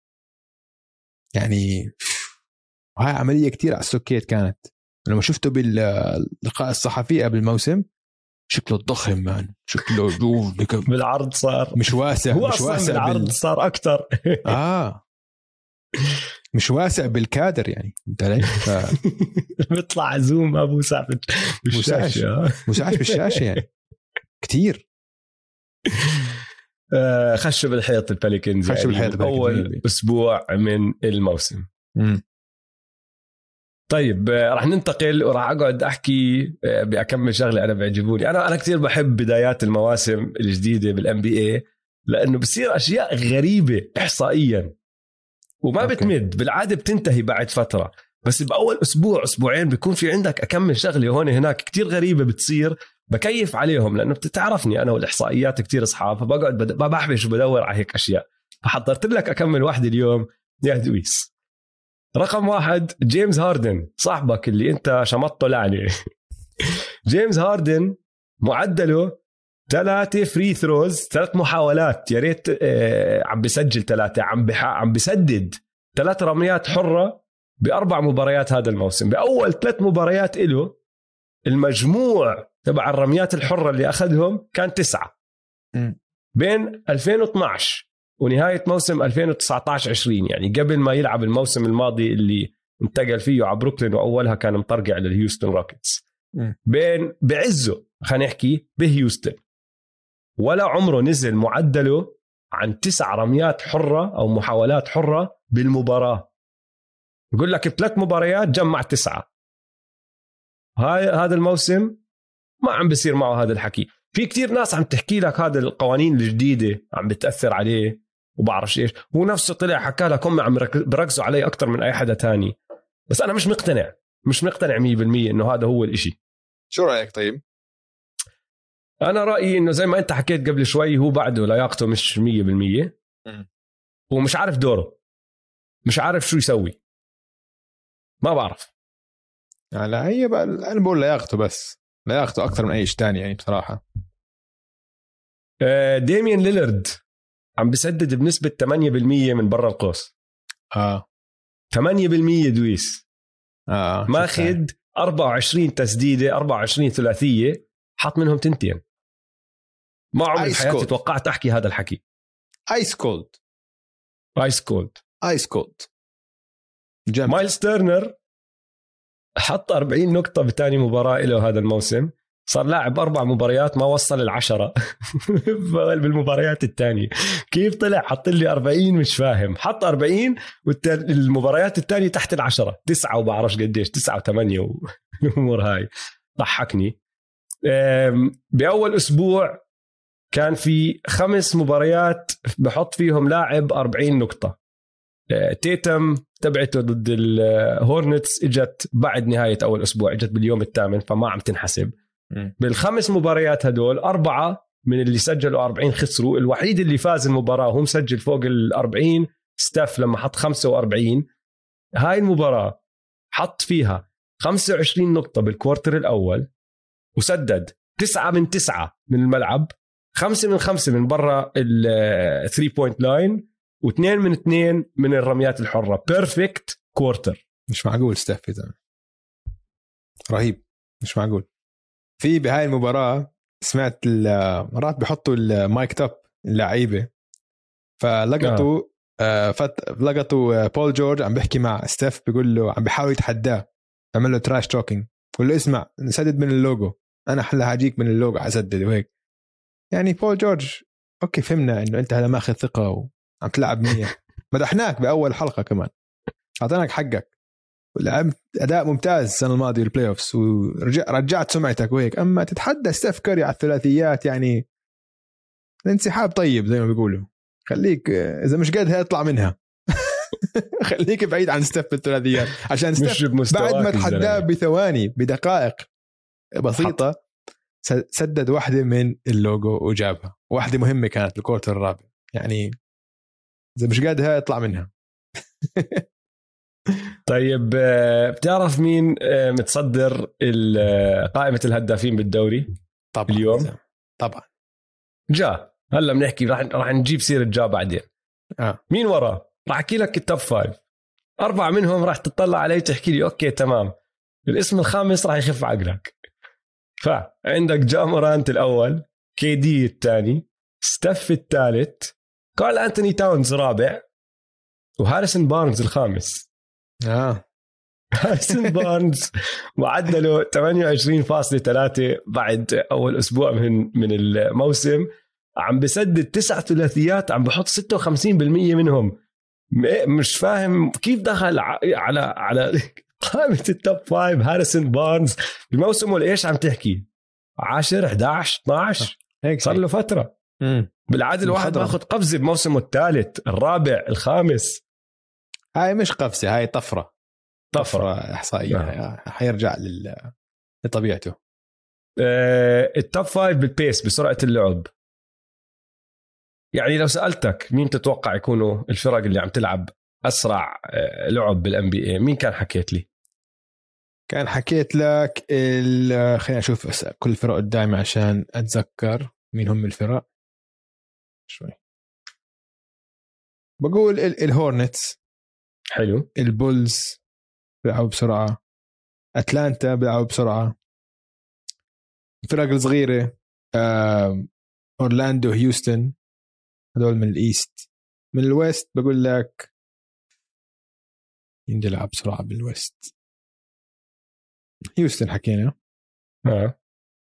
يعني وهاي عمليه كتير على السكيت كانت. لما شفته باللقاء الصحفي قبل الموسم شكله ضخم مان، شكله بالعرض صار مش واسع، هو مش واسع بالعرض بال... صار اكثر اه مش واسع بالكادر يعني انت علي ف... بيطلع زوم ابو سافج بالشاشه، مساعش بالشاشه يعني كتير. آه خش بالحيط الباليكنز، خش بالحيط يعني اول اسبوع من الموسم. م. طيب راح ننتقل وراح اقعد احكي باكمل شغله انا بيعجبوني. انا انا كثير بحب بدايات المواسم الجديده بالان بي اي، لانه بصير اشياء غريبه احصائيا وما أوكي. بتمد بالعاده بتنتهي بعد فتره، بس باول اسبوع اسبوعين بيكون في عندك اكمل شغله هون هناك كتير غريبه بتصير، بكيف عليهم لانه بتتعرفني انا والاحصائيات كتير اصحاب، فبقعد بد... بحبش وبدور على هيك اشياء. فحضرت لك اكمل واحده اليوم يا دويس. رقم واحد جيمس هاردن، صاحبك اللي انت شمطته لعنه. جيمس هاردن معدله ثلاثة فري ثروز، ثلاث محاولات، يا ريت آه عم بسجل ثلاثة، عم بح... عم بسدد ثلاث رميات حرة بأربع مباريات هذا الموسم. بأول ثلاث مباريات له المجموع تبع الرميات الحرة اللي أخذهم كان تسعة م. بين ألفين واثناشر ونهاية موسم ألفين وتسعة عشر عشرين، يعني قبل ما يلعب الموسم الماضي اللي انتقل فيه على بروكلين وأولها كان مطرقع للهيوستن روكيتس. بين بعزه خلينا نحكي بهيوستن ولا عمره نزل معدله عن تسع رميات حرة أو محاولات حرة بالمباراة. يقول لك بثلاث مباريات جمع تسعة. هاي هذا الموسم ما عم بيصير معه هذا الحكي. في كتير ناس عم تحكي لك هذا القوانين الجديدة عم بتأثر عليه وبعرفش إيش، هو نفسه طلع حكى لك هم عم بركزوا عليه أكتر من أي حدا تاني، بس أنا مش مقتنع مش مقتنع مية بالمية إنه هذا هو الإشي. شو رأيك طيب؟ أنا رأيي إنه زي ما أنت حكيت قبل شوي، هو بعده لياقته مش مية بالمية ومش عارف دوره، مش عارف شو يسوي، ما بعرف. يعني لا هي بقى أنا بقول لياقته، بس لياقته أكتر من أي شيء تاني يعني بصراحة. ديميان ليلرد عم بسدد بنسبة ثمانية بالمية من برا القوس. آه ثمانية بالمية دويس. آه ماخذ أربعة وعشرين تسديدة، أربعة وعشرين ثلاثية، حط منهم تنتين. ما عمري بحياتي توقعت أحكي هذا الحكي. آيس كولد آيس كولد آيس كولد. مايلز تيرنر حط أربعين نقطة بتاني مباراة له هذا الموسم، صار لاعب أربع مباريات ما وصل العشرة بالمباريات التانية. كيف طلع حط لي أربعين؟ مش فاهم. حط أربعين والمباريات التانية تحت العشرة، تسعة وبعرفش قديش، تسعة وثمانية وأمور هاي ضحكني. بأول أسبوع كان في خمس مباريات بحط فيهم لاعب أربعين نقطة. تيتم تبعته ضد الهورنتس اجت بعد نهاية أول أسبوع، اجت باليوم الثامن فما عم تنحسب. بالخمس مباريات هدول أربعة من اللي سجلوا أربعين خسروا. الوحيد اللي فاز المباراة هم سجل فوق الأربعين، ستاف لما حط خمسة وأربعين. هاي المباراة حط فيها خمسة وعشرين نقطة بالكوارتر الأول، وسدد تسعة من تسعة من الملعب، خمسة من خمسة من برا الثري بوينت لاين، واثنين من اثنين من الرميات الحرة. بيرفكت كوارتر. مش معقول ستاف إذا رهيب، مش معقول. في بهاي المباراة سمعت مرات بيحطوا المايك توب اللعيبة، فلقطوا آه. فت... لقطوا بول جورج عم بيحكي مع ستيف، بيقول له عم بيحاول يتحداه، عمل له تراش توكينج، قال له اسمع نسدد من اللوجو، أنا حلا هاجيك من اللوجو حسدد وهيك. يعني بول جورج أوكي فهمنا إنه أنت هلا ماخذ ثقة وعم تلعب مية. مدحناك بأول حلقة كمان، أعطيناك حقك ولعبت أداء ممتاز السنة الماضية البلاي أوفس ورجعت سمعتك وهيك، أما تتحدى ستيف كاري على الثلاثيات يعني الانسحاب طيب زي ما بيقولوا. خليك اذا مش قادها اطلع منها. خليك بعيد عن ستيف بالثلاثيات عشان ستيف بعد ما تحداه بثواني بدقائق بسيطه سدد واحده من اللوجو وجابها. واحده مهمه كانت بالكورتر الرابع، يعني اذا مش قادها اطلع منها. طيب بتعرف مين متصدر قائمة الهدافين بالدوري طبعا اليوم؟ طبعا جا هلا بنحكي راح راح نجيب سيرة جا بعدين. آه. مين وراه؟ راح احكي لك التوب فايف، أربعة منهم راح تطلع علي تحكي لي أوكي تمام. الاسم الخامس راح يخف عقلك. فعندك جا مورانت الأول، كي دي الثاني، ستيف الثالث، كارل أنتوني تاونز رابع، وهاريسون بارنز الخامس. آه. هاريسون بارنز معدله ثمانية وعشرين فاصلة ثلاثة بعد أول أسبوع من من الموسم، عم بسدد تسع ثلاثيات، عم بحط ستة وخمسين بالمية منهم. مش فاهم كيف دخل على على قائمة التوب فايف هاريسون بارنز بموسمه. لإيش عم تحكي؟ عشرة إحدى عشر اثنا عشر صار له فترة. مم. بالعادة الواحد باخذ قفزة بموسمه الثالث الرابع الخامس. هاي مش قفزة، هاي طفرة طفرة إحصائية. آه. حيرجع لل... لطبيعته. آه التوب فايف بالبيس بسرعة اللعب. يعني لو سألتك مين تتوقع يكونوا الفرق اللي عم تلعب أسرع لعب بالان بي اي، مين كان حكيت لي؟ كان حكيت لك ال... خلينا نشوف كل الفرق قدامي عشان أتذكر مين هم الفرق شوي. بقول ال... الهورنتس حلو، البولز بيلعبوا بسرعة، أتلانتا بيلعبوا بسرعة، الفرق الصغيرة آه... أورلاندو هيوستن هدول من الإيست. من الويست بقول لك مين يلعب بسرعة بالويست؟ هيوستن حكينا. آه.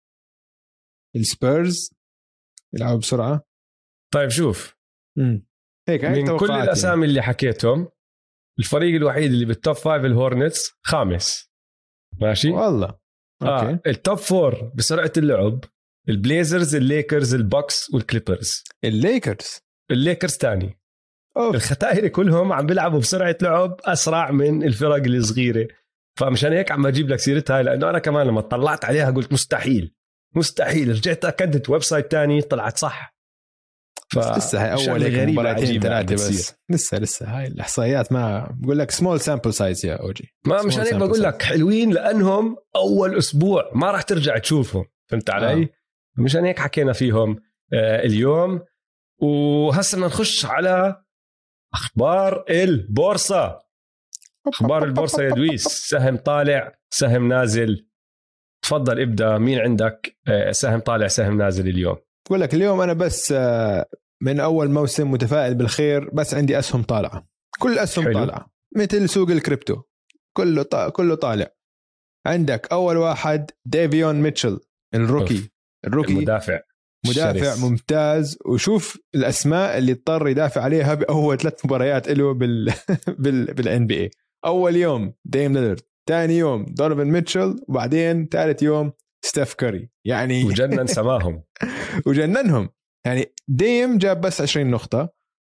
السبيرز يلعبوا بسرعة. طيب شوف مم. هيك من كل الأسامي يعني. اللي حكيتهم الفريق الوحيد اللي بالتوب فايف الهورنتس خامس. ماشي والله أوكي. آه. التوب فور بسرعة اللعب البليزرز الليكرز البوكس والكليبرز. الليكرز الليكرز تاني. الختائر كلهم عم بيلعبوا بسرعة لعب أسرع من الفرق الصغيرة. فمشان هيك عم أجيب لك سيرتها، لأنه أنا كمان لما طلعت عليها قلت مستحيل مستحيل. رجعت أكدت ويب سايت تاني طلعت صح. لسه هاي أول مباراتين ثلاثة بس لسه لسه هاي الإحصائيات ما بقول لك small sample size يا أوجي. ما مشان هيك بقول لك حلوين لأنهم أول أسبوع ما راح ترجع تشوفهم. فهمت علي؟ آه. مشان هيك حكينا فيهم آه اليوم. وهسه بدنا نخش على أخبار البورصة. أخبار البورصة يا دويس، سهم طالع سهم نازل. تفضل ابدأ، مين عندك سهم طالع سهم نازل اليوم؟ بقول لك اليوم أنا بس من أول موسم متفائل بالخير، بس عندي أسهم طالعة. كل أسهم حلو. طالعة مثل سوق الكريبتو كله طا... كله طالع. عندك أول واحد ديفيون ميتشل الروكي أوف. الروكي المدافع مدافع الشرس. ممتاز. وشوف الأسماء اللي اضطر يدافع عليها بأول ثلاث مباريات له بال بال بالان بي اي. أول يوم ديم ليلرد، ثاني يوم دونوفن ميتشل، وبعدين ثالث يوم ستيف كاري. يعني وجنن سماهم وجننهم. يعني ديم جاب بس عشرين نقطة،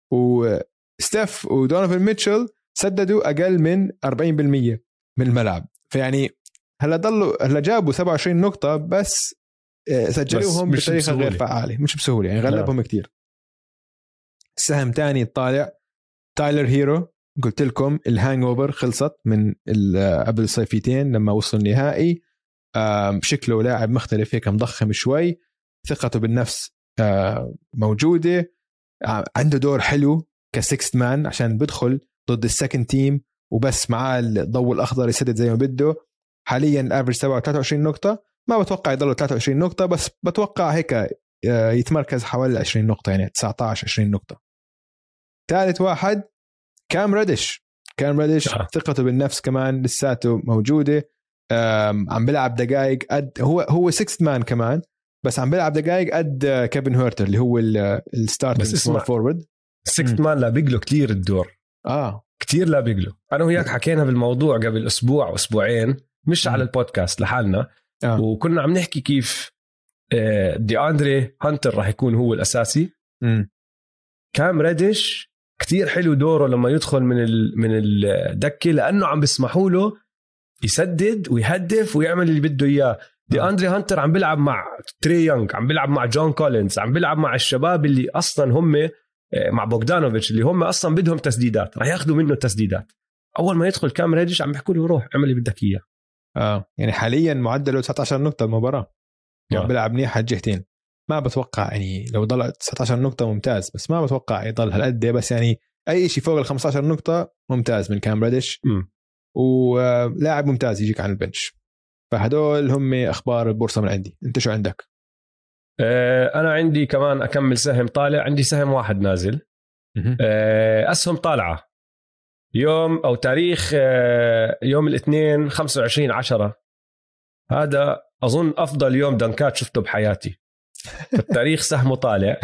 وستيف ودونوفن ميتشل سددوا أقل من أربعين بالمية من الملعب. فيعني هلا ضلوا هلا جابوا سبعة وعشرين نقطة بس سجلوهم بطريقة غير فعالة، مش بسهولة يعني غلبهم لا. كتير. السهم تاني طالع تايلر هيرو. قلت لكم الهانج اوفر خلصت من قبل الصيفيتين لما وصل النهائي. شكله لاعب مختلف هيك مضخم شوي، ثقته بالنفس موجودة، عنده دور حلو كسكست مان عشان بدخل ضد السكند تيم وبس معاه الضوء الأخضر يسدد زي ما بده. حاليا الافرج تبعه ثلاثة وعشرين نقطة، ما بتوقع يضله ثلاثة وعشرين نقطة، بس بتوقع هيك يتمركز حوالي عشرين نقطة، يعني تسعة عشر عشرين نقطة. ثالث واحد كام ريديش. كام ريديش آه. ثقته بالنفس كمان لساته موجودة، عم بيلعب دقائق قد هو هو سيكست مان كمان، بس عم بيلعب دقائق قد كيفن هيرتر اللي هو الستارتنج سمول فورورد. سيكست مان لا بيقله كتير الدور اه كتير لا بيقله. أنا وياك حكينا بالموضوع قبل أسبوع وأسبوعين مش م. على البودكاست لحالنا آه. وكنا عم نحكي كيف دي أندري هانتر راح يكون هو الأساسي م. كام ريديش كتير حلو دوره لما يدخل من ال من الدكه لانه عم بيسمحوا له يسدد ويهدف ويعمل اللي بده اياه. دي اندري هانتر عم بيلعب مع تري يونغ، عم بيلعب مع جون كولينز، عم بيلعب مع الشباب اللي اصلا هم مع بوغدانوفيتش اللي هم اصلا بدهم تسديدات، راح ياخذوا منه تسديدات. اول ما يدخل كام ريديش عم بيحكوا له روح اعمل اللي بدك اياه. اه يعني حاليا معدله تسعة عشر نقطه المباراه، يعني بيلعب منيح على الجهتين. ما بتوقع يعني لو ضل تسعة عشر نقطه ممتاز، بس ما بتوقع يضل هالقد. بس يعني اي شيء فوق ال خمسة عشر نقطه ممتاز من كام ريديش، ولاعب ممتاز يجيك عن البنش. فهدول هم اخبار البورصه من عندي. انت شو عندك؟ أه انا عندي كمان اكمل سهم طالع، عندي سهم واحد نازل. أه اسهم طالعه يوم او تاريخ أه يوم الاثنين خمسة وعشرين عشرة، هذا اظن افضل يوم دنكات شفته بحياتي. التاريخ سهمه طالع.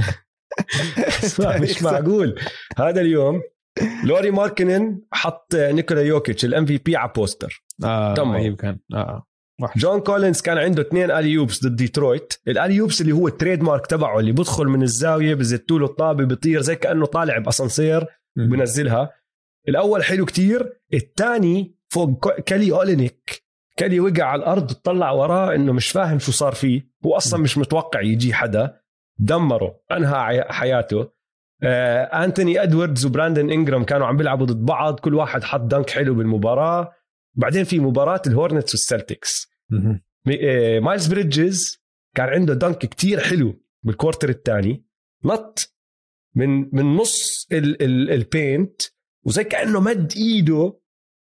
مش معقول. هذا اليوم لوري ماركنن حط نيكولا يوكيتش الام في بي على بوستر. اه رهيب كان. اه جون كولينز كان عنده اثنين اليوبس ضد ديترويت. الاليوبس اللي هو التريد مارك تبعه، اللي بدخل من الزاويه بزتوا له الطابه بيطير زي كانه طالع باسانسير بنزلها. الاول حلو كتير، الثاني فوق كالي اولينيك. كالي وقع على الارض وطلع وراه انه مش فاهم شو صار فيه، هو اصلا مش متوقع يجي حدا، دمره انهى حياته. آه، أنتوني أدواردز وبراندن إنجرام كانوا عم بيلعبوا ضد بعض، كل واحد حط دنك حلو بالمباراة. بعدين في مباراة الهورنتس والسلتكس، آه، مايلز بريدجز كان عنده دنك كتير حلو بالكورتر الثاني، نط من من نص ال ال البينت وزي كأنه مد إيده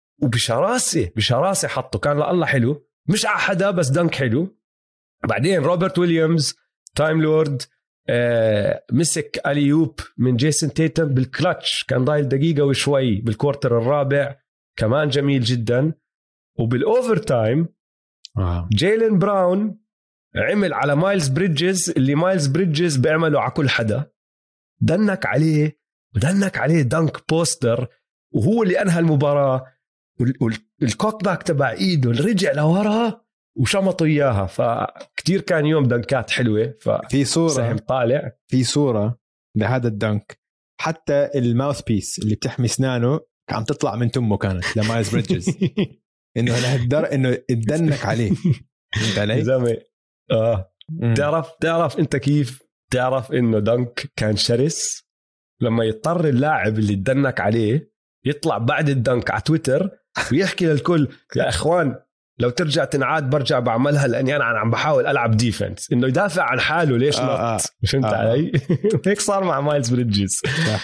وبشراسة بشراسة حطه، كان لله حلو، مش على حدا بس دنك حلو. بعدين روبرت ويليامز تايم لورد آه، مسك اليوب من جيسون تيتم بالكلتش، كان ضايل دقيقة وشوي بالكورتر الرابع، كمان جميل جدا. وبالأوفر تايم آه. جيلين براون عمل على مايلز بريدجز اللي مايلز بريدجز بيعملوا على كل حدا، دنك عليه ودنك عليه دنك بوستر، وهو اللي أنهى المباراة. والكوك باك تبع إيده اللي رجع لورا وشمطوا إياها. فكتير كان يوم دنكات حلوة. في صورة سهم طالع، في صورة لهذا الدنك، حتى الماوث بيس اللي بتحمي اسنانه عم تطلع من تمه كانت لمايلز بريدجز. انه انا هقدر انه اتدنك عليه. انت علي زلمه. اه مم. تعرف تعرف انت كيف تعرف انه دنك كان شرس؟ لما يضطر اللاعب اللي اتدنك عليه يطلع بعد الدنك على تويتر ويحكي للكل يا اخوان لو ترجع تنعاد برجع بعملها لاني انا عم بحاول العب ديفنس، انه يدافع عن حاله. ليش آه نط؟ فهمت آه علي؟ هيك صار مع مايلز بريدجز.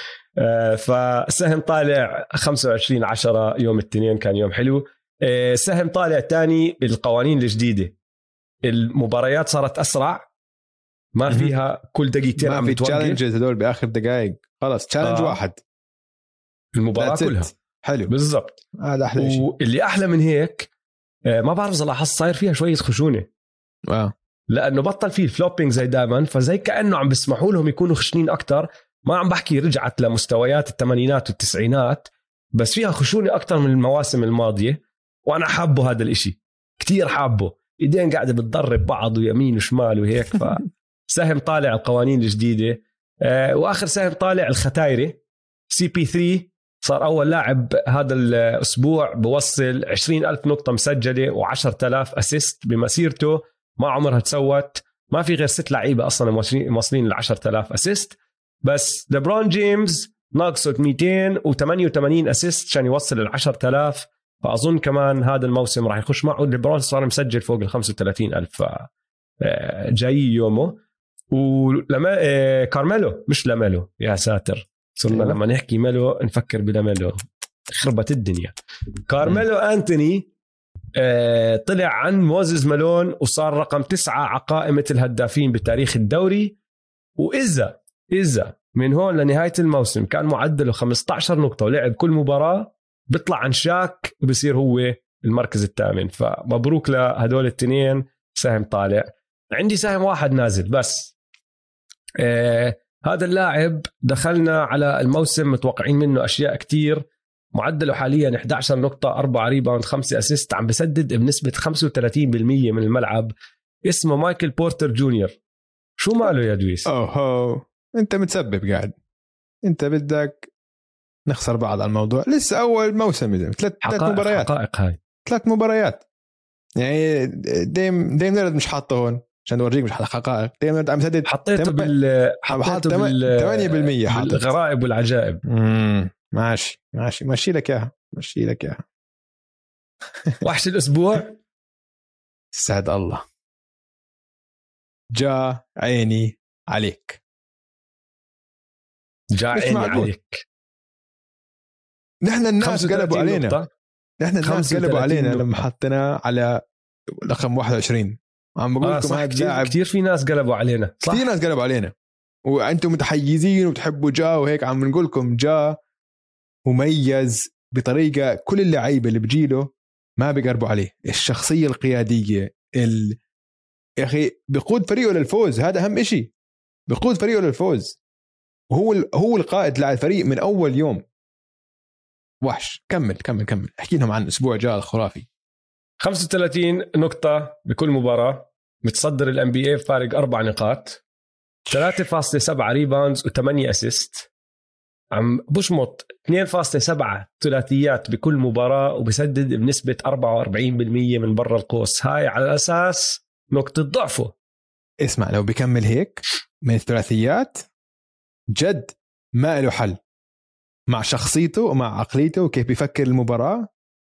آه فسهم طالع خمسة وعشرين عشرة يوم الاثنين، كان يوم حلو. آه سهم طالع تاني القوانين الجديدة، المباريات صارت أسرع، ما فيها كل دقيقتين ما عم في بتوقف. تشالنجز هدول بآخر دقائق، خلاص تشالنج آه. واحد المباراة كلها. حلو بالضبط، هذا أحلى شيء. واللي أحلى من هيك آه ما بعرف إذا لاحظت صاير فيها شوية خشونة. آه. لأنه بطل فيه الفلوبينج زي دائما، فزي كأنه عم بيسمحوا لهم يكونوا خشنين أكتر. ما عم بحكي رجعت لمستويات الثمانينات والتسعينات، بس فيها خشونة أكتر من المواسم الماضية، وأنا حابه هذا الإشي كتير، حابه. إيدين قاعدة بتضرب بعض ويمين وشمال وهيك. فسهم طالع القوانين الجديدة. آه وآخر سهم طالع الختايرة. سي بي ثري صار أول لاعب هذا الأسبوع بوصل عشرين ألف نقطة مسجلة وعشرة آلاف أسيست بمسيرته، ما عمرها تسوت. ما في غير ست لعيبة أصلا موصلين لعشرة آلاف أسيست، بس ليبرون جيمس ناقصه مئتين وثمانية وثمانين أسيست عشان يوصل العشرة آلاف. فأظن كمان هذا الموسم راح يخش معه. ليبرون صار مسجل فوق ال خمسة وثلاثين ألف، جاي يومه. ولما كارميلو مش لاميلو، يا ساتر صرنا لما نحكي ميلو نفكر بلاميلو، خربت الدنيا. كارميلو أنتوني طلع عن موزيس مالون وصار رقم تسعة على قائمة الهدافين بتاريخ الدوري. وإذا إذا من هون لنهاية الموسم كان معدله خمسة عشر نقطة ولعب كل مباراة، بيطلع عن شاك وبصير هو المركز الثامن. فمبروك لهدول التنين، سهم طالع. عندي سهم واحد نازل بس. آه هذا اللاعب دخلنا على الموسم متوقعين منه أشياء كتير. معدله حاليا إحدى عشرة نقطة، أربعة ريباوند، خمسة أسيست، عم بسدد بنسبة خمسة وثلاثين بالمية من الملعب. اسمه مايكل بورتر جونيور. شو ماله يا دويس؟ أوه أنت متسبب قاعد. انت بدك نخسر بعض على الموضوع. لسه اول موسم، ثلاث ثلاث مباريات حقائق هاي ثلاث مباريات يعني. ديم ديم ليلارد مش حاطه هون عشان اوريك مش حقائق. ديم ليلارد عم سدد حطيته تم... بال حطيته بال ثمانية بالمية حاطط الغرائب والعجائب. امم ماشي ماشي ماشي لك اياها ماشي لك اياها. وحش الاسبوع سعد الله جا عيني عليك. جا عيني عليك. نحن الناس قلبوا علينا نقطة. نحن الناس قلبوا علينا نقطة. لما حطينا على رقم واحد وعشرين. عم بقول لكم آه هذا لاعب كثير في ناس قلبوا علينا. صح؟ كثير ناس قلبوا علينا وانتم متحيزين وبتحبوا جا وهيك. عم نقول لكم جا مميز بطريقة كل اللعيبة اللي بجيله ما بيقربوا عليه. الشخصية القيادية ال... يا أخي بيقود فريقه للفوز. هذا أهم إشي، بيقود فريقه للفوز وهو ال... هو القائد للفريق من أول يوم. وحش. كمل كمل كمل احكي لهم عن أسبوع جاء الخرافي. خمسة وثلاثين نقطة بكل مباراة، متصدر الام بي اي بفارق أربع نقاط، ثلاثة فاصلة سبعة ريباوندز وثمانية أسيست، عم بشمط اثنين فاصلة سبعة ثلاثيات بكل مباراة وبسدد بنسبة أربعة وأربعين بالمية من برا القوس. هاي على أساس نقطة ضعفه. اسمع لو بيكمل هيك من الثلاثيات جد ما له حل مع شخصيته ومع عقليته وكيف بيفكر المباراة.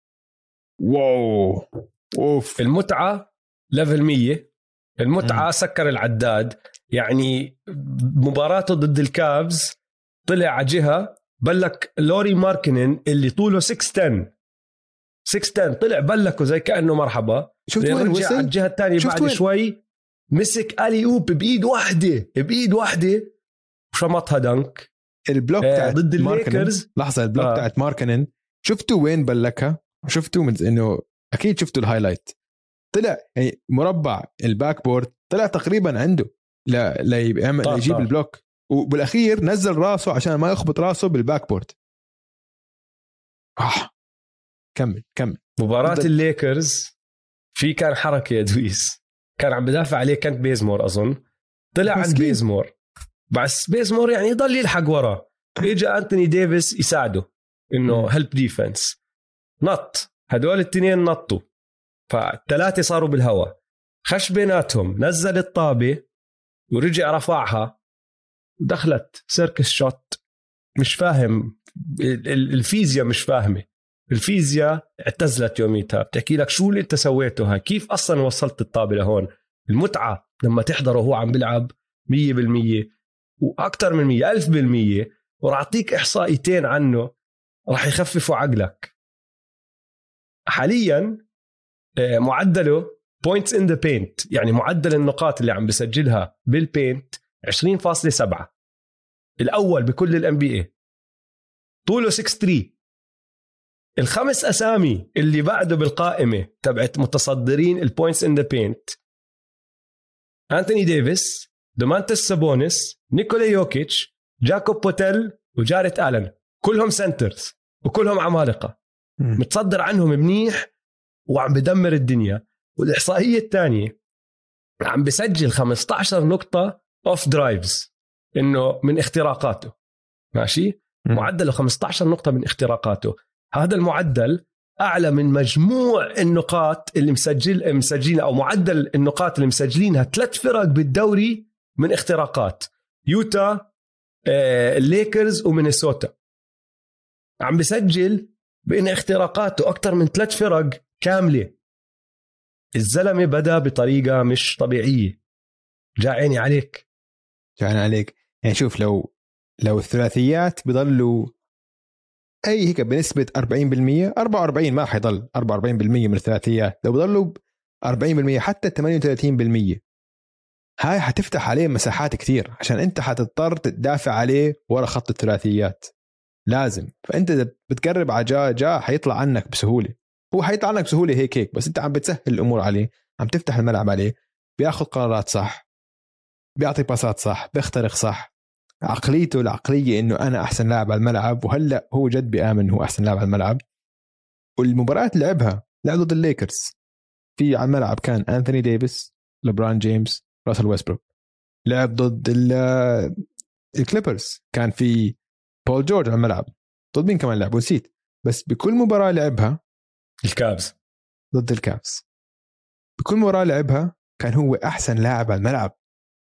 واو أوف. المتعة ليفل مية. المتعة م. سكر العداد. يعني مباراته ضد الكابز طلع على جهة بلك لوري ماركنن اللي طوله ستة عشرة ستة عشرة طلع بلكه زي كأنه مرحبا. شفت وين وصل على الجهة الثانية بعد وين؟ شوي مسك ألي أوب بإيد واحدة بإيد واحدة وشمطها دنك. البلوك آه تاعت ضد الليكرز. لحظة البلوك آه. تاعت ماركنن شفتوا وين بلكها؟ شفتوا من إنه أكيد شفتوا الهايلايت. طلع يعني مربع الباك بورد طلع تقريبا عنده لا لا يجيب البلوك وبالأخير نزل راسه عشان ما يخبط راسه بالباك بورد. آه. كمل كمل. مباراة ضد... الليكرز في كان حركة يا دويس، كان عم بدافع عليه كانت بيزمور أظن، طلع عن بيزمور بس بيزمور يعني يضل يلحق وراه. إجا أنتوني ديفيس يساعده إنه هيلب ديفنس، نط هدول التنين نطوا فالثلاثة صاروا بالهواء، خش بيناتهم نزل الطابة ورجع رفعها ودخلت سيركس شوت. مش فاهم الفيزياء، مش فاهمة الفيزياء. اعتزلت يوميتها بتحكي لك شو اللي انت سويته هاي، كيف أصلا وصلت الطابة لهون. المتعة لما تحضره وهو عم بيلعب مية بالمية وأكتر من مية ألف بالمية. ورعطيك إحصائيتين عنه راح يخففوا عقلك. حاليا معدله points in the paint، يعني معدل النقاط اللي عم بسجلها بالبينت عشرين فاصلة سبعة، الأول بكل الام بي اي. طوله ستة ثلاثة. الخمس أسامي اللي بعده بالقائمة تبعت متصدرين البوينتس in the paint: أنتوني ديفيس، دومانتس سابونس، نيكولا يوكيتش، جاكوب بوتيل وجاريت آلن. كلهم سنترز وكلهم عمالقة. متصدر عنهم منيح وعم بدمر الدنيا. والإحصائية الثانية عم بسجل خمسة عشر نقطة اوف درايفز، إنه من اختراقاته. ماشي معدله خمسة عشر نقطة من اختراقاته. هذا المعدل أعلى من مجموع النقاط اللي مسجل مسجلين أو معدل النقاط اللي مسجلينها ثلاث فرق بالدوري من اختراقات: يوتا، آه، الليكرز ومينيسوتا. عم بسجل بين اختراقاته أكتر من ثلاث فرق كاملة. الزلمة بدأ بطريقة مش طبيعية. جاء عيني عليك جاء عيني عليك. يعني شوف لو لو الثلاثيات بيضلوا أي هيك بنسبة أربعين بالمية أربعة وأربعين ما حيضل أربعة وأربعين بالمية من الثلاثيات، لو بيضلوا أربعين بالمية حتى ثمانية وثلاثين بالمية هاي حتفتح عليه مساحات كتير عشان أنت حتضطر تدافع عليه ورا خط الثلاثيات لازم. فأنت بتقرب على جا جا حيطلع عنك بسهولة. هو حيطلع عنك بسهولة هيك هيك بس أنت عم بتسهل الأمور عليه، عم تفتح الملعب عليه، بياخد قرارات صح، بيعطي باسات صح، بيخترق صح. عقليته العقلية إنه أنا أحسن لاعب على الملعب، وهلأ هو جد بيآمن هو أحسن لاعب على الملعب. والمباريات اللي لعبها لعب ضد الليكرز في على الملعب كان أنثوني ديفيس، لبران جيمس، راسل ويستبروك. لعب ضد الكليبرز كان في بول جورج على الملعب. ضد مين كمان لعب ونسيت، بس بكل مباراة لعبها الكابز ضد الكابز بكل مباراة لعبها كان هو أحسن لاعب على الملعب.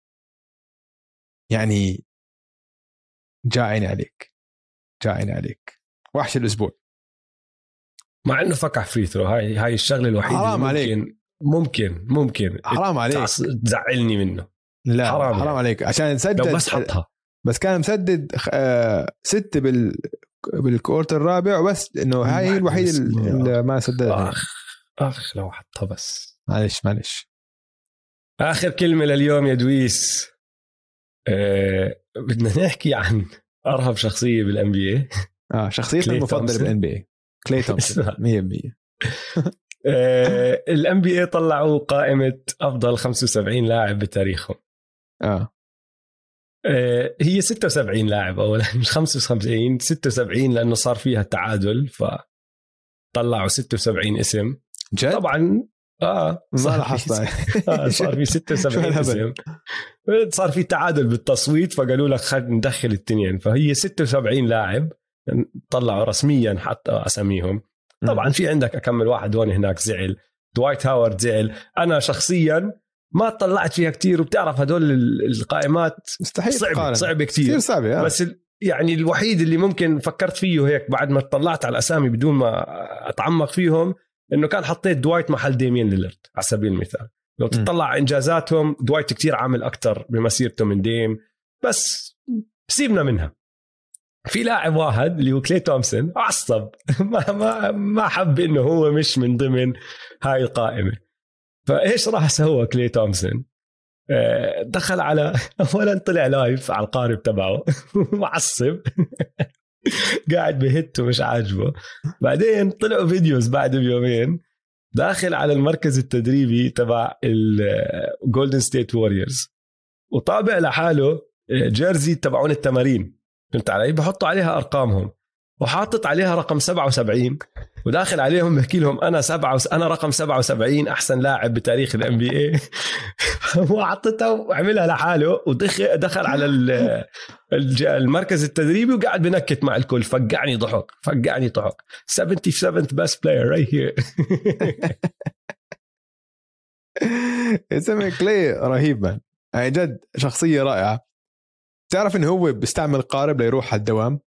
يعني جاعين عليك جاعين عليك وحش الأسبوع، مع إنه فكح فري ثرو. هاي هاي الشغلة الوحيدة حرام ممكن عليك. ممكن ممكن حرام عليك تزعلني منه. لا حرام, حرام يعني. عليك عشان سدد لو بس حطها، بس كان مسدد ستة بال بالكورت الرابع، وبس انه هاي هي الوحيدة اللي ما سددها. اخ اخ لو حطها بس. معلش معلش. اخر كلمة لليوم يا دويس. أه بدنا نحكي عن ارهب شخصية بالان بي اي. اه شخصيتنا المفضلة بالان بي اي كلاي تومسون مية بالمية. الان بي اي طلعوا قائمة افضل خمسة وسبعين لاعب بتاريخهم. اه هي ستة وسبعين لاعب اولا، مش خمسة وخمسين، ستة وسبعين لانه صار فيها تعادل فطلعوا ستة وسبعين اسم. جد؟ طبعا اه صار في آه صار في ستة وسبعين اسم، صار في تعادل بالتصويت فقالوا لك خلينا ندخل الاثنين، فهي ستة وسبعين لاعب طلعوا رسميا حتى اساميهم. طبعا في عندك اكمل واحد هون هناك زعل، دوايت هاورد زعل. انا شخصيا ما طلعت فيها كتير، وبتعرف هدول القائمات مستحيل صعب صعب كتير صعبة. بس يعني الوحيد اللي ممكن فكرت فيه هيك بعد ما طلعت على الأسامي بدون ما أتعمق فيهم، إنه كان حطيت دوايت محل ديمين ليلارد على سبيل المثال. لو تطلع إنجازاتهم دوايت كتير عامل أكتر بمسيرته من ديم، بس سيبنا منها. في لاعب واحد اللي هو كلاي تومسون عصب ما ما ما حب إنه هو مش من ضمن هاي القائمة. فإيش راح سوى كلاي تومسون؟ دخل على أولا طلع لايف على القارب تبعه معصب قاعد بهت ومش عاجبه. بعدين طلعوا فيديوز بعد بيومين داخل على المركز التدريبي تبع الجولدن ستيت ووريرز وطابع لحاله جيرزي تبعون التمارين، فهمت علي؟ بحطوا عليها أرقامهم وحاطط عليها رقم سبعة وسبعين وداخل عليهم بحكي لهم أنا سبعة وس... أنا رقم سبعة وسبعين أحسن لاعب بتاريخ الام بي اي. وحطتها وعملها لحاله ودخل دخل على المركز التدريبي وقاعد بنكت مع الكل. فقعني ضحك فقعني ضحك. سبعة وسبعين best player right here. اسمه كلاي رهيب مان، يعني جد شخصية رائعة. تعرف إنه هو بيستعمل قارب ليروح على الدوام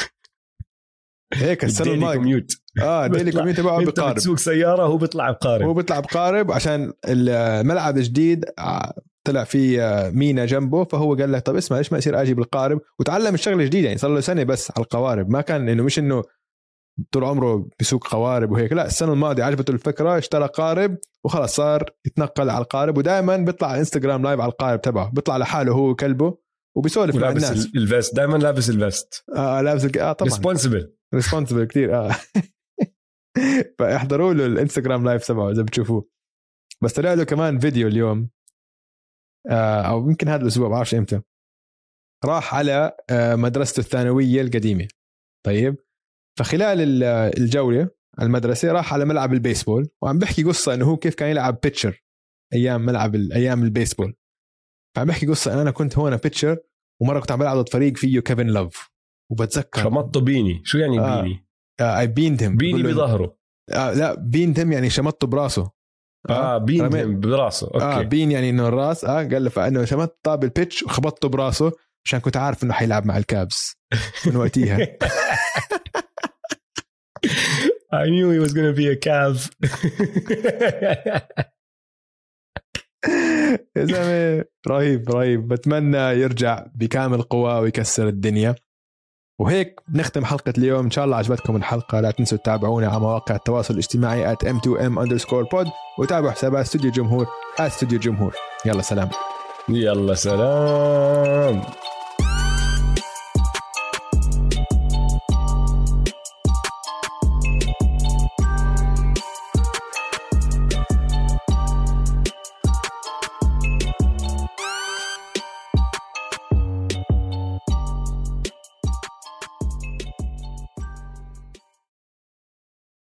هيك السنة الماضية. اه ديلي كوميوت تبعه بقارب، بتسوق سيارة هو بيطلع بقارب، هو بيطلع بقارب عشان الملعب الجديد طلع فيه مينا جنبه، فهو قال له طب اسمع ليش ما يصير اجي بالقارب، وتعلم الشغله جديده. يعني صار له سنه بس على القوارب، ما كان انه مش انه طول عمره بيسوق قوارب وهيك، لا السنه الماضيه عجبته الفكره اشترى قارب وخلاص صار يتنقل على القارب، ودائما بيطلع على انستغرام لايف على القارب تبعه، بيطلع لحاله هو وكلبه وبيسولف مع الناس. الفيست دائما لابس الفيست، اه لابس اه طبعا ريسبونسبل ريسبونسبل كتير اه. فاحضروا له الانستغرام لايف تبعه اذا بتشوفوه. بس طلع له كمان فيديو اليوم آه او يمكن هذا الاسبوع ما بعرفش امتى، راح على آه مدرسته الثانويه القديمه. طيب فخلال الجوله على المدرسه راح على ملعب البيسبول وعم بحكي قصه انه هو كيف كان يلعب بيتشر ايام ملعب ايام البيسبول. فعم بحكي قصه انا كنت هون بيتشر ومره كنت عم بلعب ضد فريق فيه كيفن لوف، وبتذكر شمطته بيني. شو يعني آه بيني؟ اي بيندهم بيني بظهره. آه لا بيندهم يعني شمطته براسه. اه, آه بيندهم براسه. اوكي اه بين يعني انه الراس. اه قال له فانه شمطت طاب البيتش وخبطته براسه عشان كنت عارف انه حيلعب مع الكابس من وقتها. I knew he was going to be a Cav. يا زلمه رهيب رهيب. بتمنى يرجع بكامل قواه ويكسر الدنيا. وهيك نختم حلقة اليوم. إن شاء الله عجبتكم الحلقة. لا تنسوا تتابعونا على مواقع التواصل الاجتماعي at إم تو إم underscore pod وتابعوا حسابات استوديو جمهور at استوديو جمهور. يلا سلام. يلا سلام.